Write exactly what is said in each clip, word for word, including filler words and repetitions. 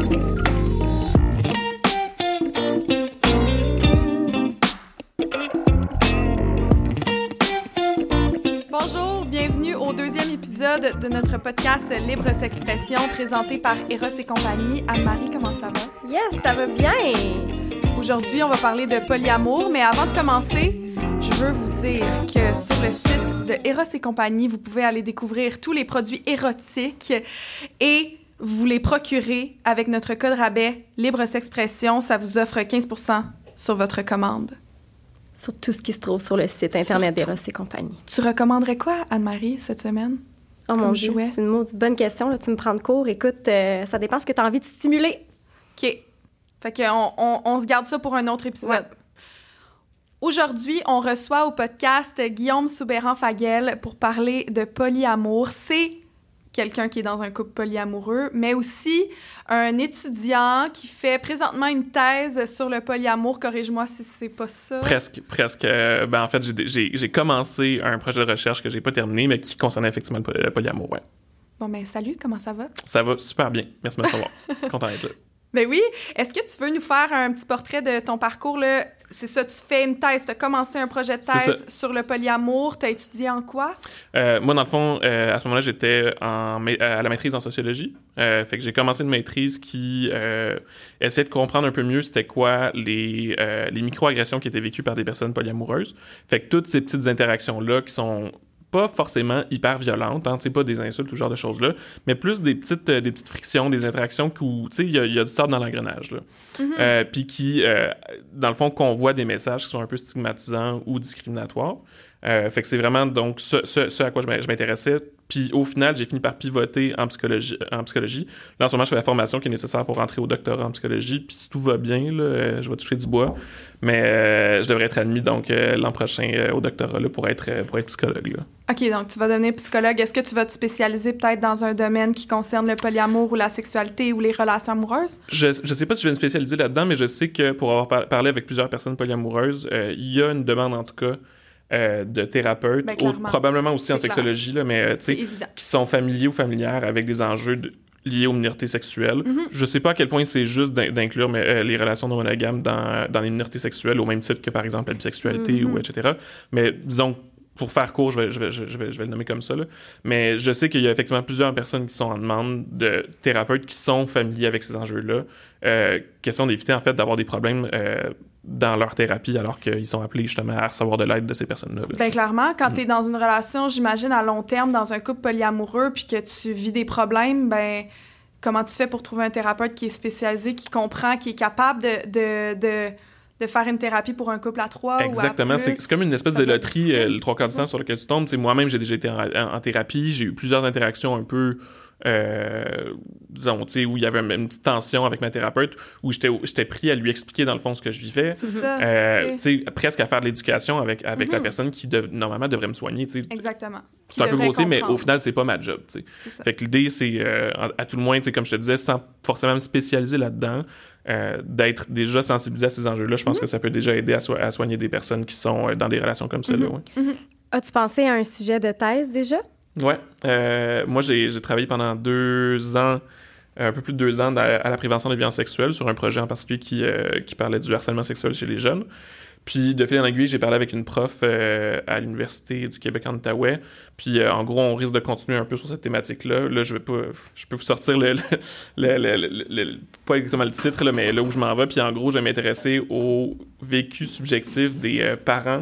Bonjour, bienvenue au deuxième épisode de notre podcast Libre S'expression présenté par Eros et compagnie. Anne-Marie, comment ça va? Yes, ça va bien! Aujourd'hui, on va parler de polyamour, mais avant de commencer, je veux vous dire que sur le site de Eros et compagnie, vous pouvez aller découvrir tous les produits érotiques et vous les procurer avec notre code rabais Libre S'expression. Ça vous offre quinze pour cent sur votre commande. Sur tout ce qui se trouve sur le site internet d'Eros et compagnie. Tu recommanderais quoi, Anne-Marie, cette semaine? Oh mon Dieu, jouet? C'est une maudite bonne question. Là, tu me prends de court. Écoute, euh, ça dépend ce que tu as envie de stimuler. OK. Fait qu'on on, on se garde ça pour un autre épisode. Ouais. Aujourd'hui, on reçoit au podcast Guillaume Soubeyran-Faguel pour parler de polyamour. C'est quelqu'un qui est dans un couple polyamoureux, mais aussi un étudiant qui fait présentement une thèse sur le polyamour. Corrige-moi si c'est pas ça. Presque, presque. Euh, ben, en fait, j'ai, j'ai, j'ai commencé un projet de recherche que j'ai pas terminé, mais qui concernait effectivement le, poly- le polyamour, ouais. Bon, ben salut, comment ça va? Ça va super bien. Merci de me recevoir. Content d'être là. Ben oui. Est-ce que tu veux nous faire un petit portrait de ton parcours, là? C'est ça, tu fais une thèse, tu as commencé un projet de thèse sur le polyamour. Tu as étudié en quoi? Euh, moi, dans le fond, euh, à ce moment-là, j'étais en, à la maîtrise en sociologie. Euh, fait que j'ai commencé une maîtrise qui euh, essayait de comprendre un peu mieux c'était quoi les, euh, les micro-agressions qui étaient vécues par des personnes polyamoureuses. Fait que toutes ces petites interactions-là qui sont pas forcément hyper violentes, hein, pas des insultes ou ce genre de choses-là, mais plus des petites, euh, des petites frictions, des interactions où il y, y a du sable dans l'engrenage. Là. Mm-hmm. Euh, puis qui, euh, dans le fond, convoient des messages qui sont un peu stigmatisants ou discriminatoires. Euh, fait que c'est vraiment donc ce, ce, ce à quoi je m'intéressais. Puis au final, j'ai fini par pivoter en psychologie. En psychologie. Là, en ce moment, je fais la formation qui est nécessaire pour rentrer au doctorat en psychologie. Puis si tout va bien, là, euh, je vais toucher du bois. Mais euh, je devrais être admis donc euh, l'an prochain euh, au doctorat là, pour, être, euh, pour être psychologue. Là. OK, donc tu vas devenir psychologue. Est-ce que tu vas te spécialiser peut-être dans un domaine qui concerne le polyamour ou la sexualité ou les relations amoureuses? Je je sais pas si je vais me spécialiser là-dedans, mais je sais que pour avoir par- parlé avec plusieurs personnes polyamoureuses, il euh, y a une demande en tout cas Euh, de thérapeutes, ben, ou, probablement aussi c'est en sexologie, là, mais euh, qui sont familiers ou familières avec des enjeux de, liés aux minorités sexuelles. Mm-hmm. Je sais pas à quel point c'est juste d'in- d'inclure mais, euh, les relations non monogames dans, dans les minorités sexuelles, au même titre que, par exemple, la bisexualité, mm-hmm. ou et cetera. Mais disons, pour faire court, je vais, je vais, je vais, je vais le nommer comme ça, là. Mais je sais qu'il y a effectivement plusieurs personnes qui sont en demande de thérapeutes qui sont familiers avec ces enjeux-là. Euh, question d'éviter, en fait, d'avoir des problèmes euh, dans leur thérapie alors qu'ils sont appelés justement à recevoir de l'aide de ces personnes-là. Là. Bien, clairement, quand mm. tu es dans une relation, j'imagine, à long terme, dans un couple polyamoureux, puis que tu vis des problèmes, ben comment tu fais pour trouver un thérapeute qui est spécialisé, qui comprend, qui est capable de... de, de de faire une thérapie pour un couple à trois. Exactement. Ou à plus. C'est, c'est comme une espèce de loterie, euh, le trois quarts du temps sur lequel tu tombes. T'sais, moi-même, j'ai déjà été en, en, en thérapie. J'ai eu plusieurs interactions un peu, euh, disons, tu sais, où il y avait une, une petite tension avec ma thérapeute, où j'étais, j'étais pris à lui expliquer, dans le fond, ce que je vivais. C'est ça. Euh, tu sais, presque à faire de l'éducation avec, avec mm-hmm. la personne qui, de, normalement, devrait me soigner, tu sais. Exactement. C'est un peu grossier, mais au final, c'est pas ma job, tu sais. Fait que l'idée, c'est, euh, à, à tout le moins, tu sais, comme je te disais, sans forcément me spécialiser là-dedans, Euh, d'être déjà sensibilisé à ces enjeux-là, je pense mm-hmm. que ça peut déjà aider à, so- à soigner des personnes qui sont euh, dans des relations comme celle-là. Mm-hmm. Ouais. Mm-hmm. As-tu pensé à un sujet de thèse déjà? Oui. Euh, moi, j'ai, j'ai travaillé pendant deux ans, un peu plus de deux ans, à la prévention des violences sexuelles sur un projet en particulier qui, euh, qui parlait du harcèlement sexuel chez les jeunes. Puis, de fil en aiguille, j'ai parlé avec une prof euh, à l'Université du Québec en Outaouais. Puis, euh, en gros, on risque de continuer un peu sur cette thématique-là. Là, je vais pas... Je peux vous sortir le... le, le, le, le, le pas exactement le titre, là, mais là où je m'en vais. Puis, en gros, je vais m'intéresser au vécu subjectif des euh, parents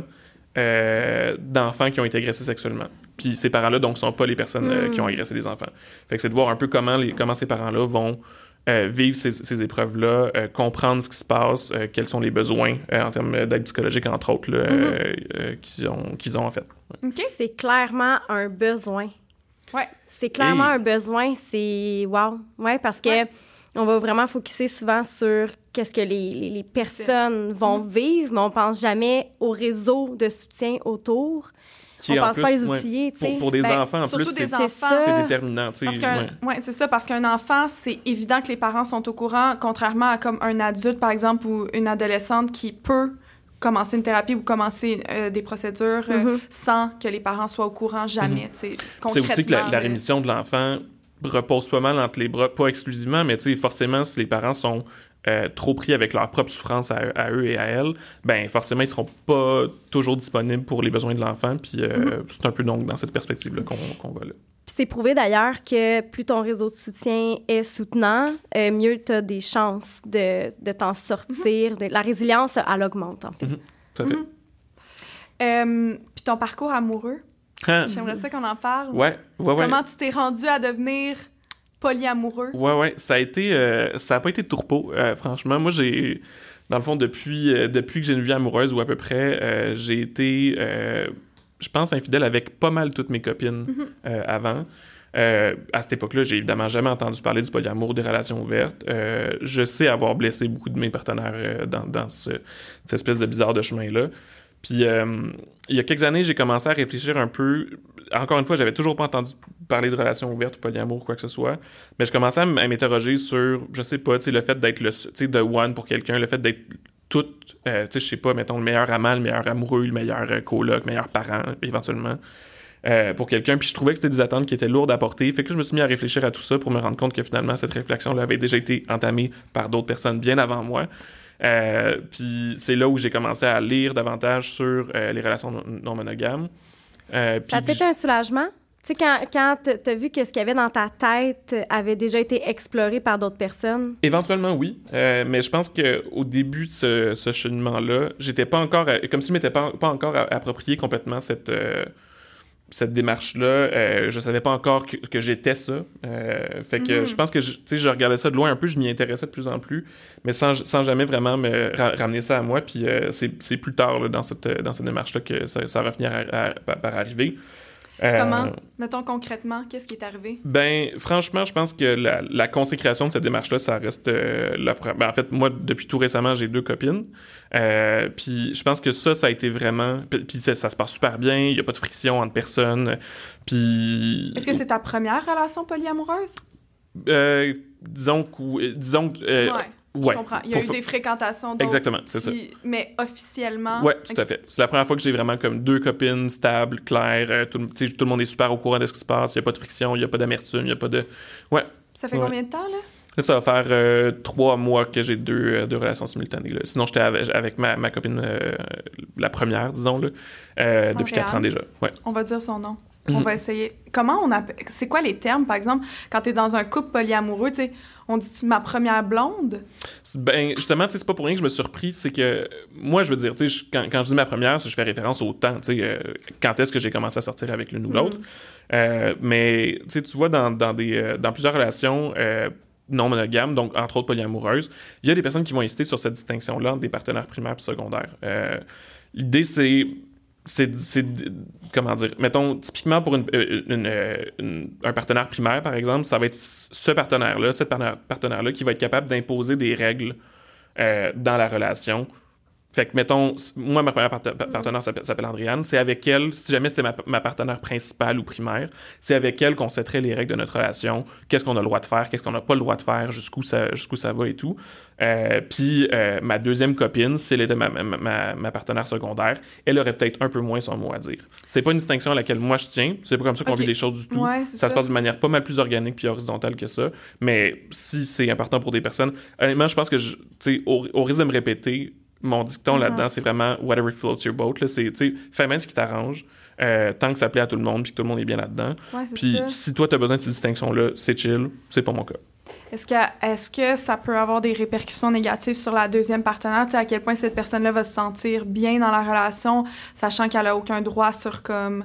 euh, d'enfants qui ont été agressés sexuellement. Puis, ces parents-là, donc, sont pas les personnes euh, qui ont agressé les enfants. Fait que c'est de voir un peu comment, les, comment ces parents-là vont... Euh, vivre ces, ces épreuves-là, euh, comprendre ce qui se passe, euh, quels sont les besoins euh, en termes d'aide psychologique, entre autres, là, mm-hmm. euh, euh, qu'ils ont, qu'ils ont en fait. Ouais. Okay. C'est clairement un besoin. Ouais. C'est clairement Et... un besoin, c'est wow. Ouais, parce que ouais. on va vraiment focusser souvent sur qu'est-ce que les, les, les personnes vont mm-hmm. vivre, mais on pense jamais au réseau de soutien autour. Qui on pense plus, pas les outiller, tu sais. Pour, pour des ben, enfants, en plus, c'est, enfants, c'est déterminant, tu sais. Ouais. ouais, c'est ça, parce qu'un enfant, c'est évident que les parents sont au courant, contrairement à comme un adulte, par exemple, ou une adolescente qui peut commencer une thérapie ou commencer euh, des procédures euh, mm-hmm. sans que les parents soient au courant jamais, mm-hmm. tu sais, concrètement. C'est aussi que la, la rémission de l'enfant repose pas mal entre les bras, pas exclusivement, mais tu sais, forcément, si les parents sont euh, trop pris avec leur propre souffrance à, à eux et à elles, ben forcément, ils seront pas toujours disponibles pour les besoins de l'enfant, puis euh, mm-hmm. c'est un peu donc dans cette perspective-là qu'on, qu'on va là. Puis c'est prouvé d'ailleurs que plus ton réseau de soutien est soutenant, euh, mieux tu as des chances de, de t'en sortir. Mm-hmm. De, la résilience, elle augmente, en fait. Mm-hmm. Tout à fait. Mm-hmm. Euh, puis ton parcours amoureux, j'aimerais ça qu'on en parle. Ouais, ouais, ouais. Comment tu t'es rendu à devenir polyamoureux? Ouais, ouais. Ça a été... Euh, ça a pas été de tourpeau, euh, franchement. Moi, j'ai... Dans le fond, depuis, euh, depuis que j'ai une vie amoureuse, ou à peu près, euh, j'ai été... Euh, je pense infidèle avec pas mal toutes mes copines mm-hmm. euh, avant. Euh, à cette époque-là, j'ai évidemment jamais entendu parler du polyamour, des relations ouvertes. Euh, je sais avoir blessé beaucoup de mes partenaires euh, dans, dans ce, cette espèce de bizarre de chemin-là. Puis, euh, il y a quelques années, j'ai commencé à réfléchir un peu. Encore une fois, j'avais toujours pas entendu parler de relations ouvertes ou polyamour ou quoi que ce soit. Mais je commençais à m'interroger sur, je sais pas, tu sais, le fait d'être le, tu sais, the one pour quelqu'un, le fait d'être tout, euh, tu sais, je sais pas, mettons, le meilleur amant, le meilleur amoureux, le meilleur euh, coloc, le meilleur parent, éventuellement, euh, pour quelqu'un. Puis je trouvais que c'était des attentes qui étaient lourdes à porter. Fait que je me suis mis à réfléchir à tout ça pour me rendre compte que finalement, cette réflexion-là avait déjà été entamée par d'autres personnes bien avant moi. Euh, puis c'est là où j'ai commencé à lire davantage sur euh, les relations non, non monogames. Euh, ça t'a été un soulagement? Tu sais, quand, quand t'as vu que ce qu'il y avait dans ta tête avait déjà été exploré par d'autres personnes? Éventuellement, oui. Euh, mais je pense qu'au début de ce, ce cheminement-là, j'étais pas encore... Comme si je m'étais pas, pas encore approprié complètement cette... Euh, cette démarche-là, euh, je savais pas encore que, que j'étais ça. Euh, fait que mm-hmm. je pense que je, je regardais ça de loin un peu, je m'y intéressais de plus en plus, mais sans, sans jamais vraiment me ra- ramener ça à moi. Puis euh, c'est, c'est plus tard là, dans, cette, dans cette démarche-là que ça, ça va finir à, à, à, par arriver. Euh, Comment? Mettons concrètement, qu'est-ce qui est arrivé? Ben, franchement, je pense que la, la consécration de cette démarche-là, ça reste euh, la première. Ben, en fait, moi, depuis tout récemment, j'ai deux copines. Euh, puis je pense que ça, ça a été vraiment... Puis ça, ça se passe super bien, il n'y a pas de friction entre personnes. Puis... Est-ce que c'est ta première relation polyamoureuse? Euh, disons que... Disons que euh, ouais. Ouais, je comprends. Il y a eu fa... des fréquentations d'autres. Exactement, c'est ça. Mais officiellement... Oui, tout okay. à fait. C'est la première fois que j'ai vraiment comme deux copines stables, claires. Euh, tout, tout le monde est super au courant de ce qui se passe. Il n'y a pas de friction, il n'y a pas d'amertume, il n'y a pas de... Ouais. Ça fait ouais. combien de temps, là? Là, ça va faire euh, trois mois que j'ai deux, euh, deux relations simultanées. Là. Sinon, j'étais avec, avec ma, ma copine, euh, la première, disons, là, euh, depuis quatre ans déjà. Ouais. On va dire son nom. On va essayer. Comment on appelle... C'est quoi les termes, par exemple, quand t'es dans un couple polyamoureux, tu sais, on dit-tu ma première blonde? Ben, justement, tu sais, c'est pas pour rien que je me suis surpris, c'est que, moi, je veux dire, tu sais, quand, quand je dis ma première, je fais référence au temps, tu sais, euh, quand est-ce que j'ai commencé à sortir avec l'une ou l'autre. Mm. Euh, mais, tu sais, tu vois, dans, dans, des, euh, dans plusieurs relations euh, non monogames, donc, entre autres polyamoureuses, il y a des personnes qui vont insister sur cette distinction-là entre des partenaires primaires et secondaires. Euh, l'idée, c'est... C'est, c'est, comment dire, mettons, typiquement pour une, une, une, un partenaire primaire, par exemple, ça va être ce partenaire-là, cette partenaire-là qui va être capable d'imposer des règles euh, dans la relation. Fait que, mettons, moi, ma première part- partenaire s'appelle, s'appelle Andréane, c'est avec elle, si jamais c'était ma, ma partenaire principale ou primaire, c'est avec elle qu'on setterait les règles de notre relation, qu'est-ce qu'on a le droit de faire, qu'est-ce qu'on n'a pas le droit de faire, jusqu'où ça, jusqu'où ça va et tout. Euh, puis, euh, ma deuxième copine, si elle était ma, ma, ma, ma partenaire secondaire, elle aurait peut-être un peu moins son mot à dire. C'est pas une distinction à laquelle moi je tiens, c'est pas comme ça qu'on okay. vit les choses du tout. Ouais, ça, ça se passe d'une manière pas mal plus organique puis horizontale que ça, mais si c'est important pour des personnes, honnêtement, je pense que, tu sais, au, au risque de me répéter, mon dicton mm-hmm. là-dedans, c'est vraiment « whatever floats your boat ». Là, c'est, tu sais, fais bien ce qui t'arrange, euh, tant que ça plaît à tout le monde puis que tout le monde est bien là-dedans. Ouais, puis ça. Si toi, t'as besoin de cette distinction-là, c'est chill. C'est pas mon cas. Est-ce que, est-ce que ça peut avoir des répercussions négatives sur la deuxième partenaire? Tu sais, à quel point cette personne-là va se sentir bien dans la relation, sachant qu'elle a aucun droit sur, comme,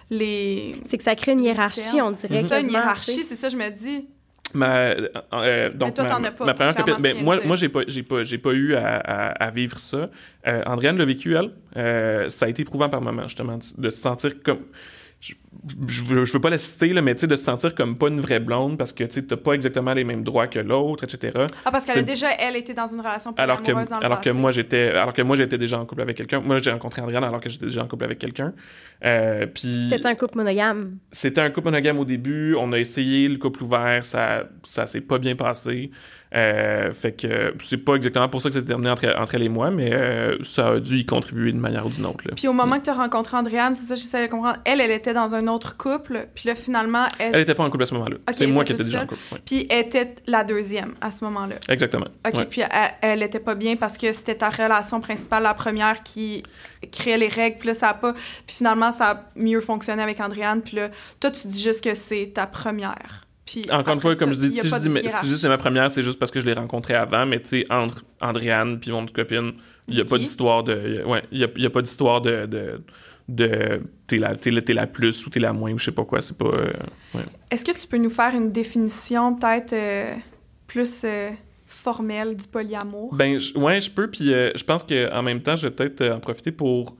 les... C'est que ça crée une hiérarchie, on dirait. C'est ça, une hiérarchie, c'est ça, je me dis... Ma, euh, donc mais toi, ma, t'en as pas. Ma première copine, ben, moi, moi j'ai pas, j'ai pas, j'ai pas eu à, à, à vivre ça. Euh, Andréane l'a vécu, elle. Euh, ça a été éprouvant par moments, justement, de se sentir comme... Je, je, veux, je veux pas la citer, là, mais tu sais, de se sentir comme pas une vraie blonde parce que tu sais, t'as pas exactement les mêmes droits que l'autre, et cetera. Ah, parce qu'elle c'est... a déjà, elle, été dans une relation alors que, dans le alors passé. que moi, j'étais, alors que moi, j'étais déjà en couple avec quelqu'un. Moi, j'ai rencontré Andréane alors que j'étais déjà en couple avec quelqu'un. Euh, puis... C'était un couple monogame? C'était un couple monogame au début. On a essayé le couple ouvert. Ça, ça s'est pas bien passé. Euh, fait que c'est pas exactement pour ça que ça s'est terminé entre, entre elle et moi, mais euh, ça a dû y contribuer d'une manière ou d'une autre. Là. Puis au moment mm. que tu as rencontré Andréane, c'est ça, j'essaie de comprendre, elle, elle était dans un autre couple, puis là, finalement... Elle, elle était pas en couple à ce moment-là. Okay, c'est moi qui étais déjà seule. en couple. Ouais. Puis elle était la deuxième à ce moment-là. Exactement. OK, ouais. puis elle, elle était pas bien parce que c'était ta relation principale, la première, qui créait les règles, puis là, ça a pas... Puis finalement, ça a mieux fonctionné avec Andréane, puis là, toi, tu dis juste que c'est ta première. Puis encore une fois, comme ça, je dis, si je dis, mais, si je dis c'est ma première, c'est juste parce que je l'ai rencontrée avant, mais tu sais, entre Andréane puis mon copine, il n'y a okay. pas d'histoire de... Ouais, il n'y a, a pas d'histoire de... de, de t'es, la, t'es, la, t'es la plus ou t'es la moins ou je sais pas quoi, c'est pas... Euh, ouais. Est-ce que tu peux nous faire une définition peut-être euh, plus euh, formelle du polyamour? Ben, je, ouais, je peux, puis euh, je pense qu'en même temps, je vais peut-être euh, en profiter pour...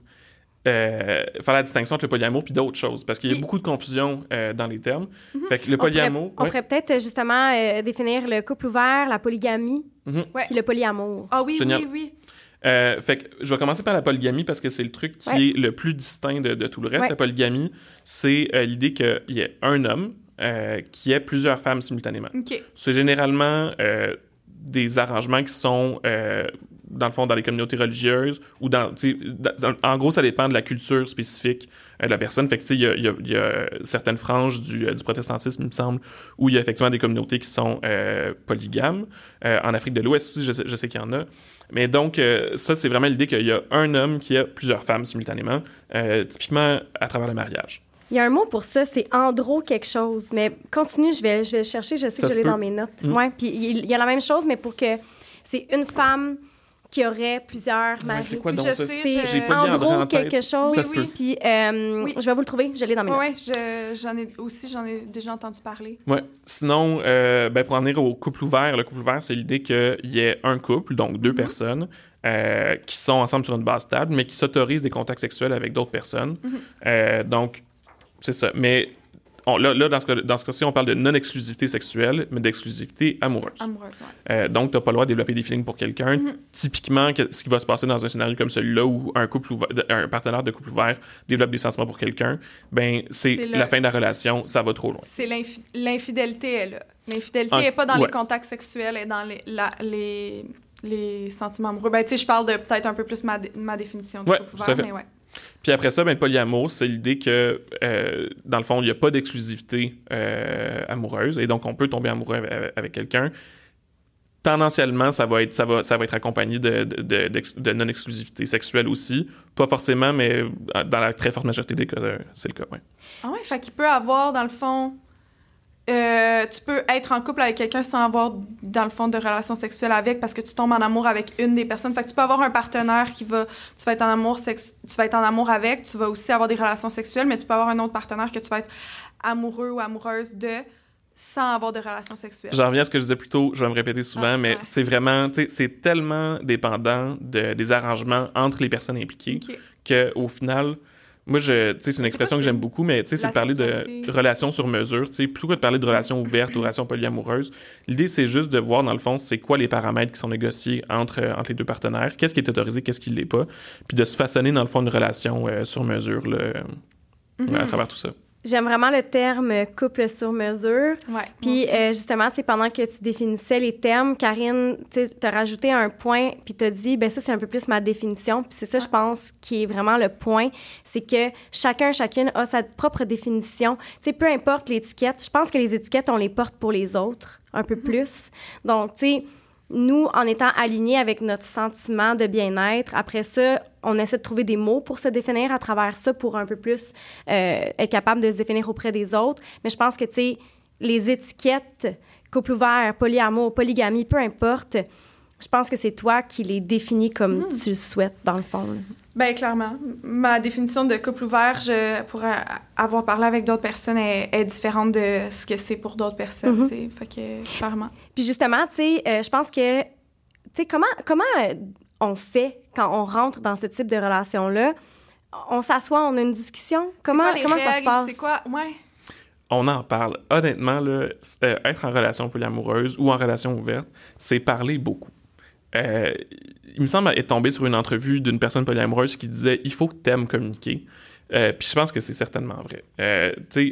Euh, faire la distinction entre le polyamour puis d'autres choses, parce qu'il y a oui. beaucoup de confusion euh, dans les termes. Mm-hmm. Fait que le polyamour... On pourrait, ouais. on pourrait peut-être justement euh, définir le couple ouvert, la polygamie, mm-hmm. puis ouais. le polyamour. Ah oui, Génial. oui, oui. Euh, fait que je vais commencer par la polygamie parce que c'est le truc qui ouais. est le plus distinct de, de tout le reste. Ouais. La polygamie, c'est euh, l'idée qu'il y ait un homme euh, qui ait plusieurs femmes simultanément. Okay. C'est généralement euh, des arrangements qui sont... Euh, dans le fond, dans les communautés religieuses, ou dans, dans... En gros, ça dépend de la culture spécifique euh, de la personne. Fait que, tu sais, il y a, y a, y a certaines franges du, euh, du protestantisme, il me semble, où il y a effectivement des communautés qui sont euh, polygames. Euh, en Afrique de l'Ouest aussi, je sais, je sais qu'il y en a. Mais donc, euh, ça, c'est vraiment l'idée qu'il y a un homme qui a plusieurs femmes simultanément, euh, typiquement à travers le mariage. Il y a un mot pour ça, c'est andro quelque chose. Mais continue, je vais, je vais le chercher, je sais ça que je l'ai dans mes notes. Mmh. Ouais, puis il y a la même chose, mais pour que c'est une femme... qui aurait plusieurs maris. Ouais, c'est quoi donc je ça? Sais, je... J'ai pas en gros en quelque chose. Oui, oui. Puis euh, oui. je vais vous le trouver, je l'ai dans mes ouais, notes. Oui, je, j'en ai aussi, j'en ai déjà entendu parler. Oui. Sinon, euh, ben, pour en venir au couple ouvert, le couple ouvert, c'est l'idée qu'il y ait un couple, donc deux mm-hmm. personnes, euh, qui sont ensemble sur une base stable, mais qui s'autorisent des contacts sexuels avec d'autres personnes. Mm-hmm. Euh, donc, c'est ça. Mais On, là, là, dans ce, cas, dans ce cas-ci, on parle de non-exclusivité sexuelle, mais d'exclusivité amoureuse. Amoureuse, ouais. Euh, donc, tu n'as pas le droit de développer des feelings pour quelqu'un. Mm-hmm. Typiquement, que, ce qui va se passer dans un scénario comme celui-là, où un, couple ouvert, un partenaire de couple ouvert développe des sentiments pour quelqu'un, ben c'est, c'est le... la fin de la relation, ça va trop loin. C'est l'infi... l'infidélité, elle, là. L'infidélité n'est ah, pas dans ouais. les contacts sexuels, elle est dans les, la, les, les sentiments amoureux. Ben, tu sais, je parle de peut-être un peu plus ma, ma définition du ouais, couple ouvert, mais ouais. Puis après ça, ben, le polyamour, c'est l'idée que, euh, dans le fond, il n'y a pas d'exclusivité euh, amoureuse, et donc on peut tomber amoureux avec, avec quelqu'un. Tendanciellement, ça va être, ça va, ça va être accompagné de, de, de, de, de non-exclusivité sexuelle aussi. Pas forcément, mais dans la très forte majorité des cas, c'est le cas, oui. Ah ouais, fait qu'il peut avoir, dans le fond... Euh, tu peux être en couple avec quelqu'un sans avoir, dans le fond, de relation sexuelle avec parce que tu tombes en amour avec une des personnes. Fait que tu peux avoir un partenaire qui va... Tu vas être en amour, sex, tu vas être en amour avec, tu vas aussi avoir des relations sexuelles, mais tu peux avoir un autre partenaire que tu vas être amoureux ou amoureuse de sans avoir de relations sexuelles. J'en reviens à ce que je disais plus tôt, je vais me répéter souvent, ah, mais ouais. c'est vraiment... Tu sais, c'est tellement dépendant de, des arrangements entre les personnes impliquées okay. qu'au final... Moi, je, tu sais, c'est une expression que j'aime beaucoup, mais tu sais, c'est de parler de relations sur mesure. Tu sais, plutôt que de parler de relations ouvertes ou relations polyamoureuses, l'idée, c'est juste de voir, dans le fond, c'est quoi les paramètres qui sont négociés entre, euh, entre les deux partenaires, qu'est-ce qui est autorisé, qu'est-ce qui ne l'est pas, puis de se façonner, dans le fond, une relation euh, sur mesure là, mm-hmm. à travers tout ça. J'aime vraiment le terme « couple sur mesure ». Ouais, puis euh, justement, c'est pendant que tu définissais les termes, Karine, tu as rajouté un point, puis tu as dit, ben ça, c'est un peu plus ma définition. Puis c'est ça, ouais. je pense, qui est vraiment le point, c'est que chacun, chacune a sa propre définition. Tu sais, peu importe l'étiquette, je pense que les étiquettes, on les porte pour les autres, un peu mm-hmm. plus. Donc, tu sais, nous, en étant alignés avec notre sentiment de bien-être, après ça, on essaie de trouver des mots pour se définir à travers ça, pour un peu plus euh, être capable de se définir auprès des autres. Mais je pense que, tu sais, les étiquettes, couple ouvert, polyamour, polygamie, peu importe, je pense que c'est toi qui les définis comme mmh. tu le souhaites, dans le fond. Là. Bien, clairement. Ma définition de couple ouvert, je, pour avoir parlé avec d'autres personnes, est, est différente de ce que c'est pour d'autres personnes, mmh. tu sais. Fait que, clairement. Puis justement, tu sais, euh, je pense que, tu sais, comment, comment on fait quand on rentre dans ce type de relation-là? On s'assoit, on a une discussion? Comment, c'est quoi les comment règles? Ça se passe? C'est quoi? Ouais. On en parle. Honnêtement, là, euh, être en relation polyamoureuse ou en relation ouverte, c'est parler beaucoup. Euh, il me semble être tombé sur une entrevue d'une personne polyamoureuse qui disait « il faut que t'aimes communiquer euh, ». Puis je pense que c'est certainement vrai. Euh, tu sais,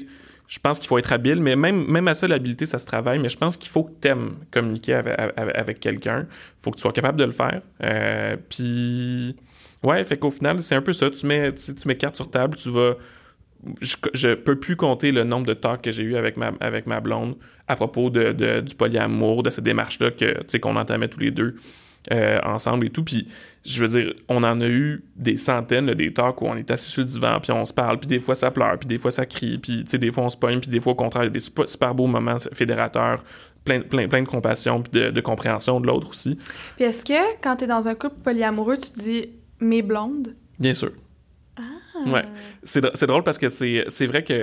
je pense qu'il faut être habile, mais même, même à ça, l'habileté, ça se travaille, mais je pense qu'il faut que t'aimes communiquer avec, avec, avec quelqu'un. Il faut que tu sois capable de le faire. Euh, puis, ouais, fait qu'au final, c'est un peu ça. Tu mets, tu, tu mets carte sur table, tu vas... Je, je peux plus compter le nombre de talks que j'ai eu avec ma, avec ma blonde à propos de, de, du polyamour, de cette démarche-là que, tu sais, qu'on entamait tous les deux euh, ensemble et tout. Puis, je veux dire, on en a eu des centaines, là, des talks où on est assis sur le divan, puis on se parle, puis des fois ça pleure, puis des fois ça crie, puis tu sais, des fois on se pogne, puis des fois au contraire, il y a des super, super beaux moments fédérateurs, plein, plein, plein de compassion, puis de, de compréhension de l'autre aussi. Puis est-ce que quand t'es dans un couple polyamoureux, tu te dis « mes blondes » ? Bien sûr. Ah! Ouais. C'est, c'est drôle parce que c'est, c'est vrai que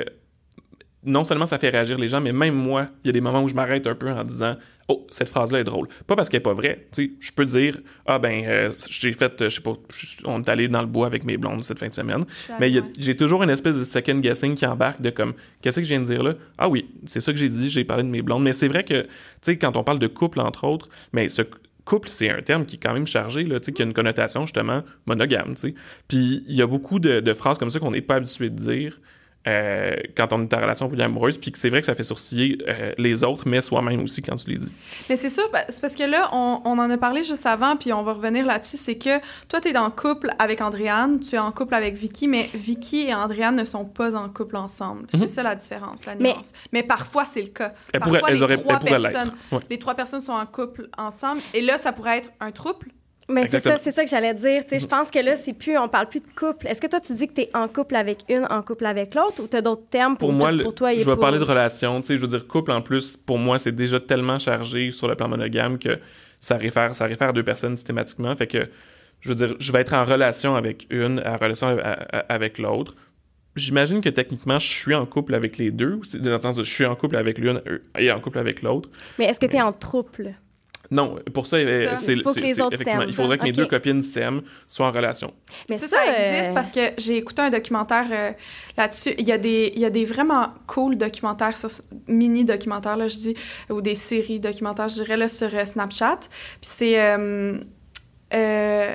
non seulement ça fait réagir les gens, mais même moi, il y a des moments où je m'arrête un peu en disant « Oh, cette phrase-là est drôle. » Pas parce qu'elle est pas vraie. Tu sais, je peux dire « Ah ben, euh, j'ai fait, je sais pas, on est allé dans le bois avec mes blondes cette fin de semaine. » Mais y a, j'ai toujours une espèce de second guessing qui embarque de comme « Qu'est-ce que je viens de dire là? » Ah oui, c'est ça que j'ai dit, j'ai parlé de mes blondes. Mais c'est vrai que, tu sais, quand on parle de couple, entre autres, mais ce couple, c'est un terme qui est quand même chargé, là, qui a une connotation, justement, monogame, tu sais. Puis il y a beaucoup de, de phrases comme ça qu'on n'est pas habitué de dire euh, quand on est en relation polyamoureuse, puis que c'est vrai que ça fait sourciller euh, les autres, mais soi-même aussi quand tu les dis. Mais c'est sûr, c'est parce que là, on, on en a parlé juste avant, puis on va revenir là-dessus, c'est que toi, t'es en couple avec Andréane, tu es en couple avec Vicky, mais Vicky et Andréane ne sont pas en couple ensemble. Mm-hmm. C'est ça la différence, la nuance. Mais, mais parfois, c'est le cas. Elle parfois, pourrait, les, auraient, trois personnes, ouais. les trois personnes sont en couple ensemble, et là, ça pourrait être un trouble. Mais c'est ça, c'est ça que j'allais dire. Tu sais, je pense que là, c'est plus, on parle plus de couple. Est-ce que toi, tu dis que tu es en couple avec une, en couple avec l'autre, ou tu as d'autres termes pour, pour moi, t- pour toi et je vais pour... parler de relation. Tu sais, je veux dire, couple, en plus, pour moi, c'est déjà tellement chargé sur le plan monogame que ça réfère, ça réfère à deux personnes systématiquement. Fait que, je veux dire, je vais être en relation avec une, en relation à, à, avec l'autre. J'imagine que techniquement, je suis en couple avec les deux. Dans le sens de je suis en couple avec l'une et en couple avec l'autre. Mais est-ce que tu es en trouble? Non, pour ça, c'est, ça. c'est, il faut c'est, que les c'est, autres effectivement, s'aiment. il faudrait que mes okay. deux copines s'aiment, soient en relation. Mais ça, ça, ça existe euh... parce que j'ai écouté un documentaire euh, là-dessus. Il y a des, il y a des vraiment cool documentaires, sur, mini-documentaires, là, je dis, ou des séries documentaires, je dirais, là, sur euh, Snapchat. Puis c'est... Euh, euh,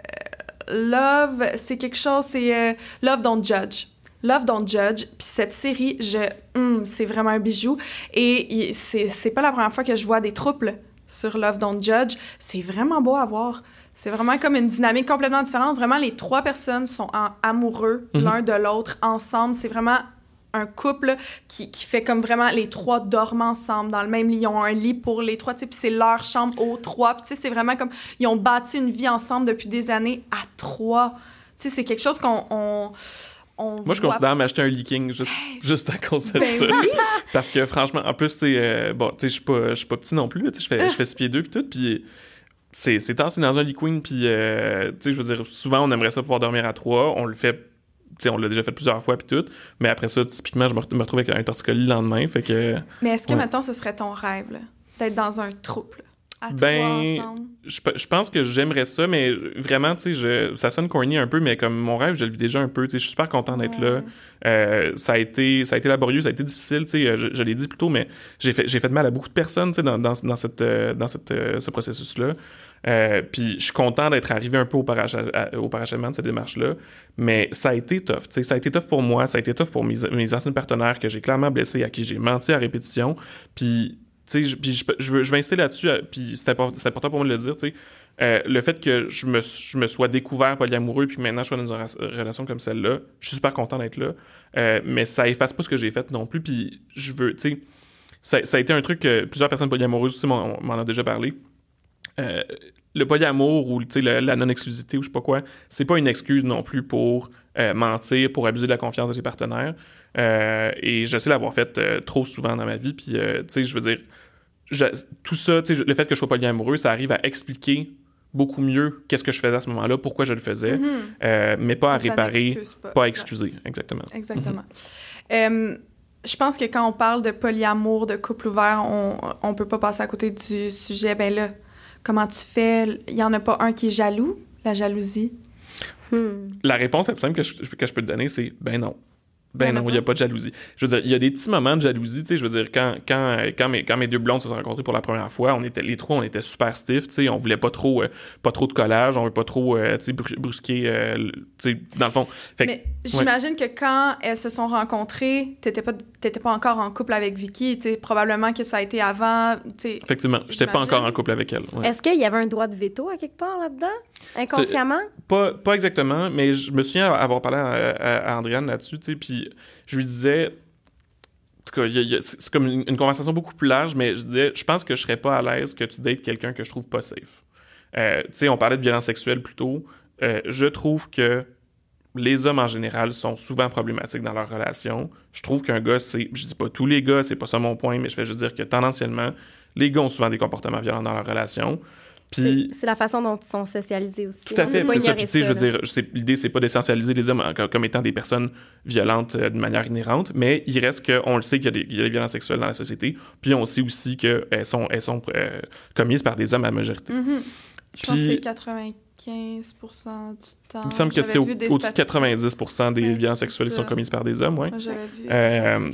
Love, c'est quelque chose, c'est euh, Love Don't Judge. Love Don't Judge. Puis cette série, je, mm, c'est vraiment un bijou. Et, et c'est, c'est pas la première fois que je vois des trouples sur Love Don't Judge. C'est vraiment beau à voir. C'est vraiment comme une dynamique complètement différente. Vraiment, les trois personnes sont en amoureux mm-hmm. l'un de l'autre, ensemble. C'est vraiment un couple qui, qui fait comme vraiment les trois dorment ensemble dans le même lit. Ils ont un lit pour les trois, tu sais, puis c'est leur chambre aux trois. Puis tu sais, c'est vraiment comme... Ils ont bâti une vie ensemble depuis des années à trois. Tu sais, c'est quelque chose qu'on... On, on Moi, je voit... considère m'acheter un leaking juste, hey, juste à cause de ben ça. Oui. Parce que franchement, en plus, tu sais, euh, bon, tu sais, je suis pas, je suis pas petit non plus, tu sais, je fais, je fais six pieds deux puis tout, puis c'est, c'est tassé dans un lit queen, puis euh, tu sais, je veux dire, souvent, on aimerait ça pouvoir dormir à trois, on le fait... T'sais, on l'a déjà fait plusieurs fois puis tout, mais après ça, typiquement, je me retrouve avec un torticolis le lendemain, fait que... Mais est-ce que, ouais. mettons, ce serait ton rêve, là, d'être dans un troupe, là, à ben, trois ensemble? Je, je pense que j'aimerais ça, mais vraiment, tu sais, ça sonne corny un peu, mais comme mon rêve, je le vis déjà un peu, tu sais, je suis super content d'être ouais. là. Euh, ça a été, ça a été laborieux, ça a été difficile, tu sais, je, je l'ai dit plus tôt, mais j'ai fait, j'ai fait de mal à beaucoup de personnes, tu sais, dans, dans, dans, cette, dans cette, ce processus-là. Euh, puis je suis content d'être arrivé un peu au, paracha- au parachèvement de cette démarche-là, mais ça a été tough, tu sais, ça a été tough pour moi, ça a été tough pour mes, mes anciens partenaires que j'ai clairement blessés, à qui j'ai menti à répétition, puis tu sais, je, puis je, je, veux, je vais insister là-dessus, puis c'est, import, c'est important pour moi de le dire, tu sais, euh, le fait que je me, je me sois découvert polyamoureux, puis que maintenant je sois dans une relation comme celle-là, je suis super content d'être là, euh, mais ça efface pas ce que j'ai fait non plus, puis je veux, tu sais, ça, ça a été un truc que plusieurs personnes polyamoureuses aussi m'en, m'en ont déjà parlé. Euh, le polyamour ou la, la non-exclusivité ou je sais pas quoi, c'est pas une excuse non plus pour euh, mentir, pour abuser de la confiance de ses partenaires. Euh, et je sais l'avoir fait euh, trop souvent dans ma vie. Puis, euh, tu sais, je veux dire, je, tout ça, tu sais, le fait que je sois polyamoureux, ça arrive à expliquer beaucoup mieux qu'est-ce que je faisais à ce moment-là, pourquoi je le faisais, mm-hmm. euh, mais pas à mais réparer, pas. pas à excuser. Exactement. Exactement. Mm-hmm. Euh, je pense que quand on parle de polyamour, de couple ouvert, on, on peut pas passer à côté du sujet. Ben là, comment tu fais? Il y en a pas un qui est jaloux? La jalousie? Hmm. La réponse la plus simple que je, que je peux te donner, c'est ben non. Ben non, il n'y a pas de jalousie. Je veux dire, il y a des petits moments de jalousie, tu sais, je veux dire, quand, quand, quand, mes, quand mes deux blondes se sont rencontrées pour la première fois, on était, les trois, on était super stiff, tu sais, on voulait pas trop, euh, pas trop de collage, on voulait pas trop, euh, tu sais, brusquer, euh, tu sais, dans le fond. Fait Mais j'imagine ouais. que quand elles se sont rencontrées, t'étais pas, t'étais pas encore en couple avec Vicky, tu sais, probablement que ça a été avant, tu sais. Effectivement, j'étais pas encore en couple avec elle. Ouais. Est-ce qu'il y avait un droit de veto à quelque part là-dedans, inconsciemment? Pas, pas exactement, mais je me souviens avoir parlé à, à, à Andréane là-dessus, tu sais, puis je lui disais, en tout cas, y a, y a, c'est comme une, une conversation beaucoup plus large, mais je disais, je pense que je serais pas à l'aise que tu dates quelqu'un que je trouve pas safe. Euh, tu sais, on parlait de violence sexuelle plus tôt. Euh, je trouve que les hommes en général sont souvent problématiques dans leurs relations. Je trouve qu'un gars, c'est, je dis pas tous les gars, c'est pas ça mon point, mais je vais juste dire que tendanciellement, les gars ont souvent des comportements violents dans leurs relations. Puis, c'est, c'est la façon dont ils sont socialisés aussi. Tout à fait. C'est ça. Puis, tu sais, je veux dire, c'est, l'idée, c'est pas d'essentialiser les hommes comme, comme étant des personnes violentes euh, de manière inhérente, mais il reste qu'on le sait qu'il y a des, il y a des violences sexuelles dans la société, puis on sait aussi qu'elles sont, elles sont euh, commises par des hommes à la majorité. Mm-hmm. Je puis, pense que c'est quatre-vingt-quinze pour cent du temps. Il me semble que c'est au, au-dessus de quatre-vingt-dix pour cent des ouais, violences sexuelles qui sont commises par des hommes, oui. Moi, j'avais vu. Euh,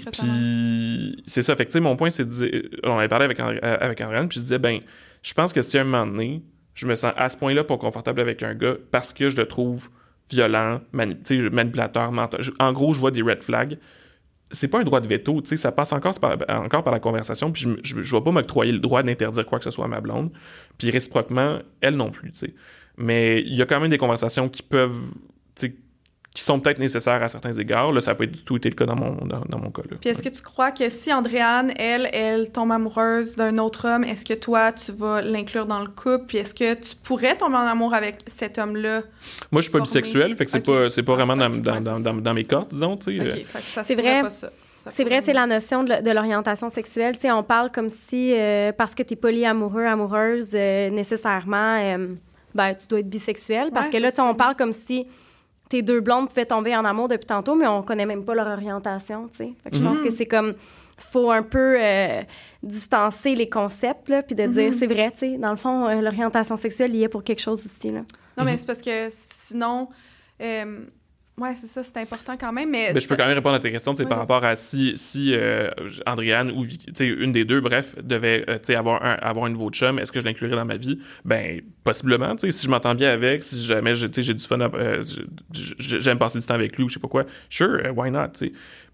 puis, c'est ça. Fait que, tu sais, mon point, c'est de dire... On avait parlé avec, avec Andréane, puis je disais, ben, je pense que si à un moment donné, je me sens à ce point-là pas confortable avec un gars parce que je le trouve violent, mani- manipulateur, menteur. Je, en gros, je vois des red flags. C'est pas un droit de veto, tu sais, ça passe encore par, encore par la conversation, puis je, je, je vais pas m'octroyer le droit d'interdire quoi que ce soit à ma blonde, puis réciproquement, elle non plus, tu sais. Mais il y a quand même des conversations qui peuvent, tu sais, qui sont peut-être nécessaires à certains égards. Là, ça n'a pas du tout été le cas dans mon, dans, dans mon cas. Là. Puis est-ce que tu crois que si Andréane, elle, elle tombe amoureuse d'un autre homme, est-ce que toi, tu vas l'inclure dans le couple? Puis est-ce que tu pourrais tomber en amour avec cet homme-là? Moi, je suis pas bisexuel, fait que c'est okay. pas, c'est pas vraiment ah, dans, dans, dans, dans, dans mes cordes, disons. Tu sais. OK, fait que ça c'est vrai. Pas ça. Ça c'est vrai, c'est la notion de, de l'orientation sexuelle. Tu sais, on parle comme si, euh, parce que tu es polyamoureux, amoureuse, euh, nécessairement, euh, ben, tu dois être bisexuel. Parce ouais, que là, on parle comme si tes deux blondes pouvaient tomber en amour depuis tantôt, mais on connaît même pas leur orientation, tu sais. Fait que je mm-hmm. pense que c'est comme... faut un peu euh, distancer les concepts, là, puis de mm-hmm. dire, c'est vrai, tu sais, dans le fond, euh, l'orientation sexuelle y est pour quelque chose aussi, là. Non, mm-hmm. mais c'est parce que sinon... Euh, ouais, c'est ça, c'est important quand même, mais... mais je peux quand même répondre à ta question, tu sais, ouais, par rapport à si, si euh, Andréane ou, tu sais, une des deux, bref, devait, euh, tu sais, avoir un, avoir un nouveau chum, est-ce que je l'inclurais dans ma vie? Ben, possiblement, tu sais, si je m'entends bien avec, si jamais, tu sais, j'ai du fun, euh, j'aime passer du temps avec lui ou je sais pas quoi, sure, why not, tu sais.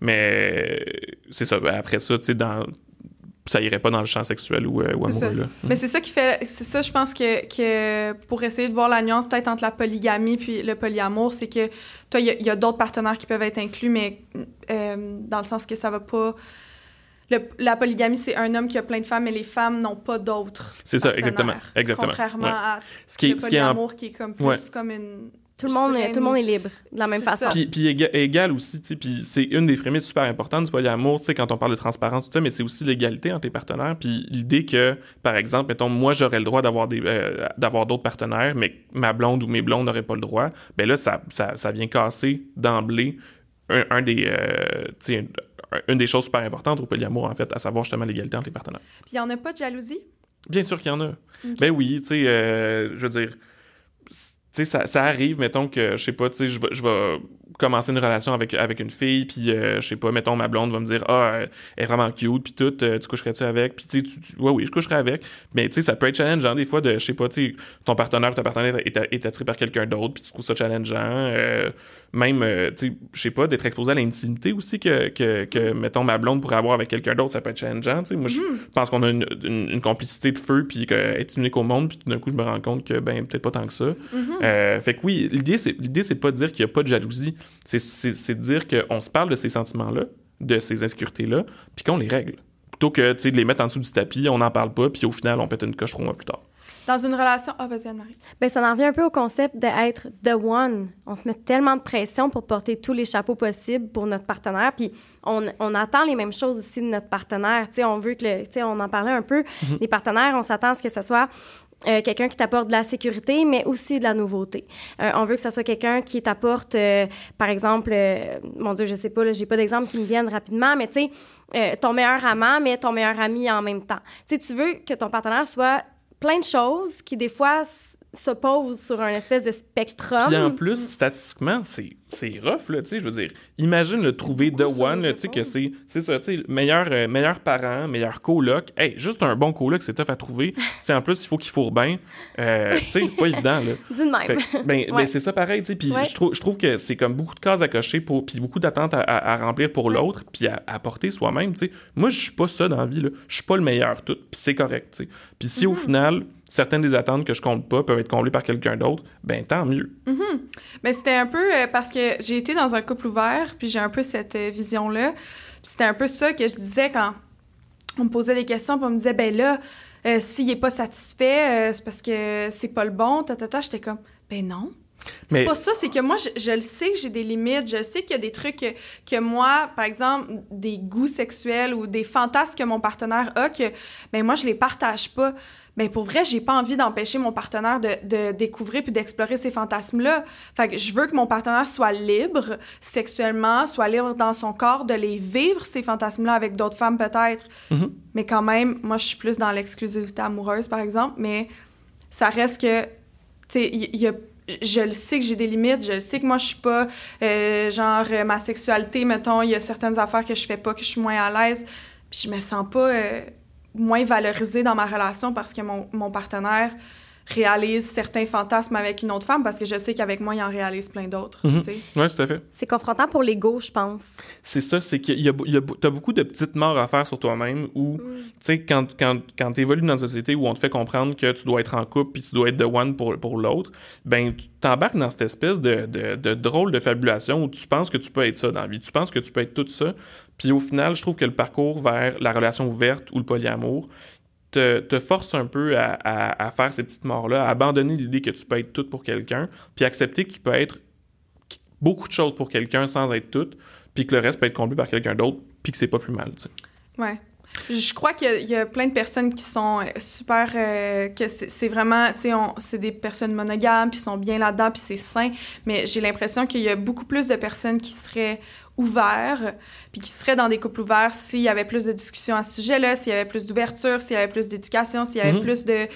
Mais c'est ça, après ça, tu sais, dans... ça irait pas dans le champ sexuel ou, euh, ou amoureux, là. Mais c'est ça qui fait... C'est ça, je pense que, que pour essayer de voir la nuance peut-être entre la polygamie puis le polyamour, c'est que toi, il y, y a d'autres partenaires qui peuvent être inclus, mais euh, dans le sens que ça va pas... Le, la polygamie, c'est un homme qui a plein de femmes, mais les femmes n'ont pas d'autres C'est ça, exactement. exactement. Contrairement ouais. à ce qui est, le polyamour ce qui, qui est comme plus ouais. comme une... Tout le, monde est, tout le monde est libre, de la même c'est façon. Puis, puis égal, égal aussi, tu sais, puis c'est une des prémices super importantes du polyamour, tu sais, quand on parle de transparence, tout ça, mais c'est aussi l'égalité entre les partenaires, puis l'idée que, par exemple, mettons, moi, j'aurais le droit d'avoir des, euh, d'avoir d'autres partenaires, mais ma blonde ou mes blondes n'auraient pas le droit, ben là, ça, ça, ça vient casser d'emblée un, un des, euh, tu sais, une des choses super importantes au polyamour, en fait, à savoir justement l'égalité entre les partenaires. Puis il n'y en a pas de jalousie? Bien sûr qu'il y en a. Okay. Ben oui, tu sais, euh, je veux dire... Tu sais, ça, ça arrive, mettons que, je sais pas, tu sais, je vais, je vais commencer une relation avec, avec une fille, puis, euh, je sais pas, mettons, ma blonde va me dire « Ah, elle est vraiment cute, puis tout, euh, tu coucherais-tu avec? » Puis, tu sais, ouais, oui, je coucherais avec. Mais, tu sais, ça peut être challengeant, des fois, de, je sais pas, tu sais, ton partenaire ou ta partenaire est, est attiré par quelqu'un d'autre, puis tu trouves ça challengeant. Euh, même, euh, tu sais, je sais pas, d'être exposé à l'intimité aussi que, que, que, mettons, ma blonde pourrait avoir avec quelqu'un d'autre, ça peut être challengeant, tu sais. Moi, je mm. pense qu'on a une, une, une complicité de feu, puis qu'être unique au monde, puis tout d'un coup, je me rends compte que, ben, peut-être pas tant que ça. Mm-hmm. Euh, fait que oui, l'idée, c'est, l'idée, c'est pas de dire qu'il y a pas de jalousie, c'est, c'est, c'est de dire qu'on se parle de ces sentiments-là, de ces insécurités-là, puis qu'on les règle. Plutôt que, tu sais, de les mettre en dessous du tapis, on n'en parle pas, puis au final, on pète une coche trois mois plus tard. Dans une relation... Ah, oh, vas-y, Anne-Marie. Bien, ça en revient un peu au concept d'être the one. On se met tellement de pression pour porter tous les chapeaux possibles pour notre partenaire, puis on, on attend les mêmes choses aussi de notre partenaire. Tu sais, on veut que le... Tu sais, on en parlait un peu. Mm-hmm. Les partenaires, on s'attend à ce que ce soit... Euh, quelqu'un qui t'apporte de la sécurité, mais aussi de la nouveauté. Euh, on veut que ça soit quelqu'un qui t'apporte, euh, par exemple, euh, mon Dieu, je sais pas, là, j'ai pas d'exemple qui me viennent rapidement, mais tu sais, euh, ton meilleur amant, mais ton meilleur ami en même temps. Tu sais, tu veux que ton partenaire soit plein de choses qui, des fois, s'opposent sur un espèce de spectrum. Puis en plus, statistiquement, c'est, c'est rough, là, tu sais, je veux dire. Imagine le trouver The One, tu sais, que c'est, c'est ça, tu sais, meilleur, euh, meilleur parent, meilleur coloc. Hey, juste un bon coloc, c'est tough à trouver. Si en plus, il faut qu'il fourre bien, euh, tu sais, pas évident, là. Dis de même. Fait, ben, Ouais. ben, c'est ça pareil, tu sais, puis Ouais. je trouve, je trouve que c'est comme beaucoup de cases à cocher, pour, puis beaucoup d'attentes à, à, à remplir pour l'autre, puis à, à porter soi-même, tu sais. Moi, je suis pas ça dans la vie, là. Je suis pas le meilleur tout, puis c'est correct, tu sais. Puis si mm-hmm. au final, certaines des attentes que je compte pas peuvent être comblées par quelqu'un d'autre, ben tant mieux. Mm-hmm. Ben, c'était un peu euh, parce que j'ai été dans un couple ouvert, puis j'ai un peu cette euh, vision-là. Puis c'était un peu ça que je disais quand on me posait des questions, puis on me disait, ben là, euh, s'il est pas satisfait, euh, c'est parce que c'est pas le bon, ta, ta, ta. J'étais comme, ben non. C'est mais... pas ça, c'est que moi, je, je le sais que j'ai des limites, je le sais qu'il y a des trucs que, que moi, par exemple, des goûts sexuels ou des fantasmes que mon partenaire a, que, ben moi, je les partage pas. Ben pour vrai, j'ai pas envie d'empêcher mon partenaire de, de découvrir puis d'explorer ces fantasmes-là. Fait que je veux que mon partenaire soit libre sexuellement, soit libre dans son corps, de les vivre, ces fantasmes-là, avec d'autres femmes peut-être. Mm-hmm. Mais quand même, moi, je suis plus dans l'exclusivité amoureuse, par exemple, mais ça reste que, tu sais, il y, y a... Je le sais que j'ai des limites, je le sais que moi, je suis pas, euh, genre, euh, ma sexualité, mettons, il y a certaines affaires que je fais pas, que je suis moins à l'aise, puis je me sens pas... Euh, moins valorisée dans ma relation parce que mon, mon partenaire réalise certains fantasmes avec une autre femme parce que je sais qu'avec moi, il en réalise plein d'autres. Mm-hmm. Oui, tout à fait. C'est confrontant pour l'ego, je pense. C'est ça, c'est qu'il y a, il y a, t'as beaucoup de petites morts à faire sur toi-même où, mm. tu sais, quand, quand, quand t'évolues dans une société où on te fait comprendre que tu dois être en couple puis tu dois être the one pour, pour l'autre, ben, tu t'embarques dans cette espèce de, de, de drôle de fabulation où tu penses que tu peux être ça dans la vie. Tu penses que tu peux être tout ça. Puis au final, je trouve que le parcours vers la relation ouverte ou le polyamour te, te force un peu à, à, à faire ces petites morts-là, à abandonner l'idée que tu peux être tout pour quelqu'un, puis accepter que tu peux être beaucoup de choses pour quelqu'un sans être tout, puis que le reste peut être comblé par quelqu'un d'autre, puis que c'est pas plus mal, tu sais. Ouais. Je crois qu'il y a, il y a plein de personnes qui sont super... Euh, que c'est, c'est vraiment... Tu sais, c'est des personnes monogames, puis sont bien là-dedans, puis c'est sain, mais j'ai l'impression qu'il y a beaucoup plus de personnes qui seraient ouverts, puis qui seraient dans des couples ouverts s'il y avait plus de discussions à ce sujet-là, s'il y avait plus d'ouverture, s'il y avait plus d'éducation, s'il y avait mm-hmm. plus de...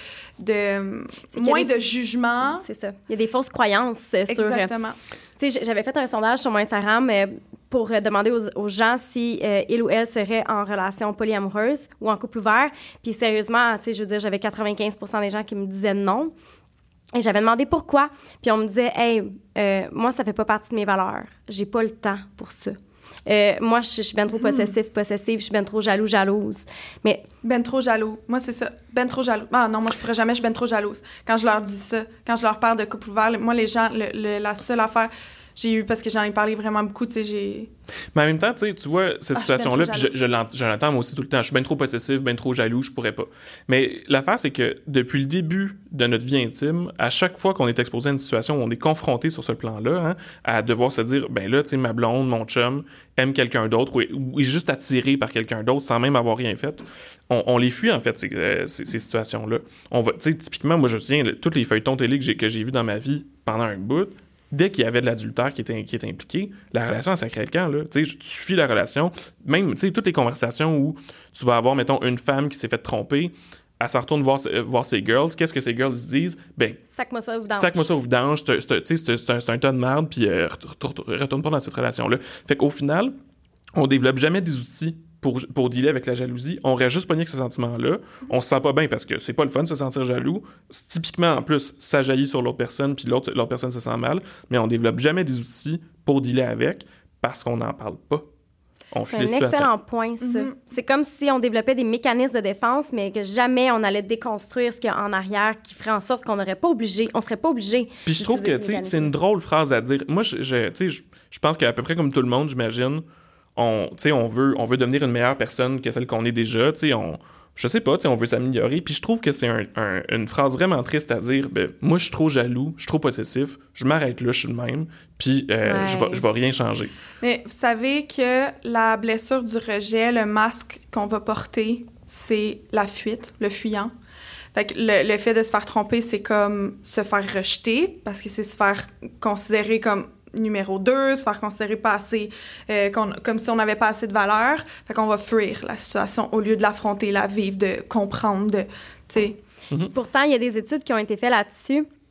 de moins des... de jugement. C'est ça. Il y a des fausses croyances sur... Exactement. Tu sais, j'avais fait un sondage sur mon Instagram euh, pour euh, demander aux, aux gens si euh, il ou elle serait en relation polyamoureuse ou en couple ouvert. Puis sérieusement, tu sais, je veux dire, j'avais quatre-vingt-quinze pour cent des gens qui me disaient non. Et j'avais demandé pourquoi. Puis on me disait, hey, euh, moi, ça fait pas partie de mes valeurs. J'ai pas le temps pour ça. Euh, moi, je, je suis ben trop possessif, possessive, je suis ben trop jaloux, jalouse. Mais... Ben trop jaloux. Moi, c'est ça. Ben trop jaloux. Ah non, moi, je pourrais jamais, je suis ben trop jalouse. Quand je leur dis ça, quand je leur parle de couple ouvert, moi, les gens, le, le, la seule affaire... J'ai eu, parce que j'en ai parlé vraiment beaucoup, tu sais, j'ai... Mais en même temps, tu sais, tu vois, cette ah, situation-là, puis je, je, l'ent- je l'entends moi aussi tout le temps, je suis bien trop possessif, bien trop jaloux, je pourrais pas. Mais l'affaire, c'est que depuis le début de notre vie intime, à chaque fois qu'on est exposé à une situation où on est confronté sur ce plan-là, hein, à devoir se dire, ben là, tu sais, ma blonde, mon chum, aime quelqu'un d'autre, ou est, ou est juste attiré par quelqu'un d'autre sans même avoir rien fait, on, on les fuit, en fait, ces, euh, ces, ces situations-là. On va, tu sais, typiquement, moi, je me souviens, tous les feuilletons télé que j'ai, que j'ai vus dans ma vie pendant un bout, dès qu'il y avait de l'adultère qui était, qui était impliqué, la relation, elle sacrait le camp, là. Tu sais, tu fuis la relation. Même, tu sais, toutes les conversations où tu vas avoir, mettons, une femme qui s'est fait tromper, elle s'en retourne voir, voir ses girls. Qu'est-ce que ces girls disent? Ben, sac-moi ça au vidange. Sac-moi ça au vidange. Tu sais, c'est, c'est, un, c'est un tas de merde, puis euh, retourne pas dans cette relation-là. Fait qu'au final, on développe jamais des outils pour, pour dealer avec la jalousie. On reste juste pogné avec ce sentiment-là. On se sent pas bien parce que c'est pas le fun de se sentir jaloux. Typiquement, en plus, ça jaillit sur l'autre personne, puis l'autre, l'autre personne se sent mal, mais on développe jamais des outils pour dealer avec parce qu'on n'en parle pas. On c'est un excellent point, ça. Mm-hmm. C'est comme si on développait des mécanismes de défense, mais que jamais on allait déconstruire ce qu'il y a en arrière qui ferait en sorte qu'on n'aurait pas obligé, on serait pas obligé. Puis je trouve que, tu sais, c'est une drôle phrase à dire. Moi, je, je, tu sais, je, je pense qu'à peu près comme tout le monde, j'imagine, on, on, veut, on veut devenir une meilleure personne que celle qu'on est déjà, tu sais, on... Je sais pas, tu sais, on veut s'améliorer. Puis je trouve que c'est un, un, une phrase vraiment triste à dire. Ben, moi, je suis trop jaloux, je suis trop possessif, je m'arrête là, je suis le même, puis euh, ouais. je vais, je vais rien changer. Mais vous savez que la blessure du rejet, le masque qu'on va porter, c'est la fuite, le fuyant. Fait que le, le fait de se faire tromper, c'est comme se faire rejeter, parce que c'est se faire considérer comme numéro deux, se faire considérer pas assez, euh, comme si on n'avait pas assez de valeur. Fait qu'on va fuir la situation au lieu de l'affronter, la vivre, de comprendre, de, tu sais. Mm-hmm. Pourtant, il y a des études qui ont été faites là-dessus.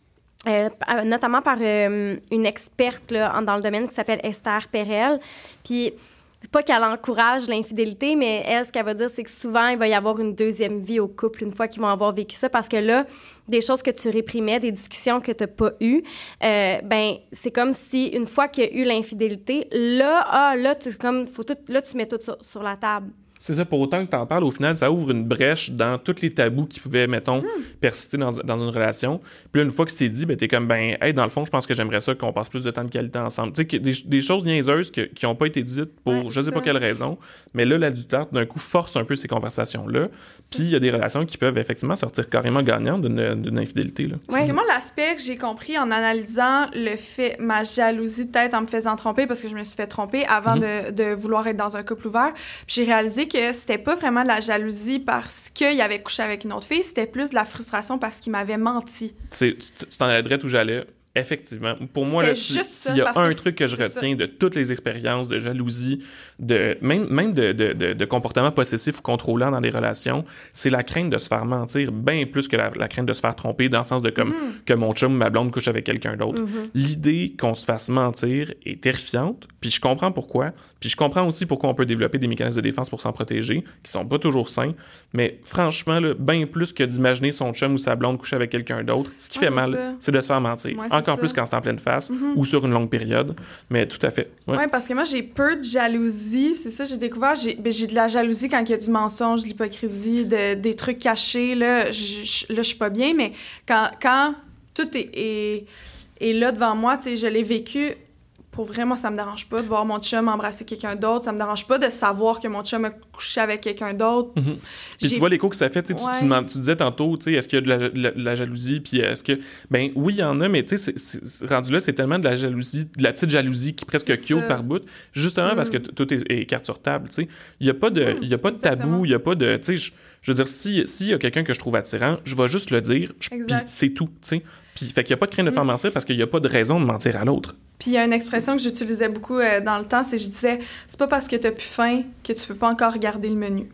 Euh, notamment par euh, une experte là, dans le domaine qui s'appelle Esther Perel. Puis, pas qu'elle encourage l'infidélité, mais elle, ce qu'elle va dire, c'est que souvent, il va y avoir une deuxième vie au couple une fois qu'ils vont avoir vécu ça, parce que là, des choses que tu réprimais, des discussions que tu n'as pas eues, euh, ben c'est comme si, une fois qu'il y a eu l'infidélité, là, ah, là, tu, comme, faut tout, là, tu mets tout sur, sur la table. C'est ça, pour autant que tu en parles, au final, ça ouvre une brèche dans tous les tabous qui pouvaient, mettons, mmh. persister dans, dans une relation. Puis là, une fois que c'est dit, ben, t'es comme, ben, hey, dans le fond, je pense que j'aimerais ça qu'on passe plus de temps de qualité ensemble. Tu sais, des, des choses niaiseuses que, qui n'ont pas été dites pour ouais, je sais ça. pas quelle raison, mais là, l'adultère, d'un coup, force un peu ces conversations-là. Puis il y a des relations qui peuvent effectivement sortir carrément gagnantes d'une, d'une infidélité. Là. Ouais. Parce que moi, l'aspect que j'ai compris en analysant le fait, ma jalousie, peut-être en me faisant tromper, parce que je me suis fait tromper avant mmh. de, de vouloir être dans un couple ouvert, puis j'ai réalisé que c'était pas vraiment de la jalousie parce qu'il avait couché avec une autre fille, c'était plus de la frustration parce qu'il m'avait menti. Tu t'en allais direct où j'allais. Effectivement. Pour moi, là, si, s'il y a un truc que je retiens ça. de toutes les expériences de jalousie, de même, même de, de, de, de comportement possessif ou contrôlant dans les relations, c'est la crainte de se faire mentir, bien plus que la, la crainte de se faire tromper, dans le sens de comme mm-hmm. que mon chum ou ma blonde couche avec quelqu'un d'autre. Mm-hmm. L'idée qu'on se fasse mentir est terrifiante, puis je comprends pourquoi, puis je comprends aussi pourquoi on peut développer des mécanismes de défense pour s'en protéger, qui sont pas toujours sains, mais franchement, là, bien plus que d'imaginer son chum ou sa blonde coucher avec quelqu'un d'autre, ce qui ouais, fait mal, ça. c'est de se faire mentir. Ouais, Encore ça. plus quand c'est en pleine face mm-hmm. ou sur une longue période, mais tout à fait. Oui, ouais, parce que moi, j'ai peu de jalousie. C'est ça, j'ai découvert. J'ai, ben, j'ai de la jalousie quand il y a du mensonge, de l'hypocrisie, de, des trucs cachés. Là, je, là, je suis pas bien, mais quand, quand tout est, est, est là devant moi, tu sais, je l'ai vécu. Pour vrai, moi, ça me dérange pas de voir mon chum embrasser quelqu'un d'autre. Ça me dérange pas de savoir que mon chum a couché avec quelqu'un d'autre. Mm-hmm. Puis tu vois l'écho que ça fait. Tu, ouais. tu, tu, tu disais tantôt, tu sais, est-ce qu'il y a de la, la, la jalousie? Puis est-ce que... Ben oui, il y en a, mais tu sais, rendu là, c'est tellement de la jalousie, de la petite jalousie qui est presque cute par bout. Justement mm. parce que t- tout est, est carte sur table, tu sais. Il n'y a pas de, mm, il y a pas de tabou, il n'y a pas de... Tu sais, je, je veux dire, s'il si y a quelqu'un que je trouve attirant, je vais juste le dire, puis c'est tout, tu sais. Puis, fait qu'il n'y a pas de crainte de faire mm. mentir parce qu'il n'y a pas de raison de mentir à l'autre. Puis il y a une expression que j'utilisais beaucoup euh, dans le temps, c'est je disais, c'est pas parce que t'as plus faim que tu peux pas encore regarder le menu.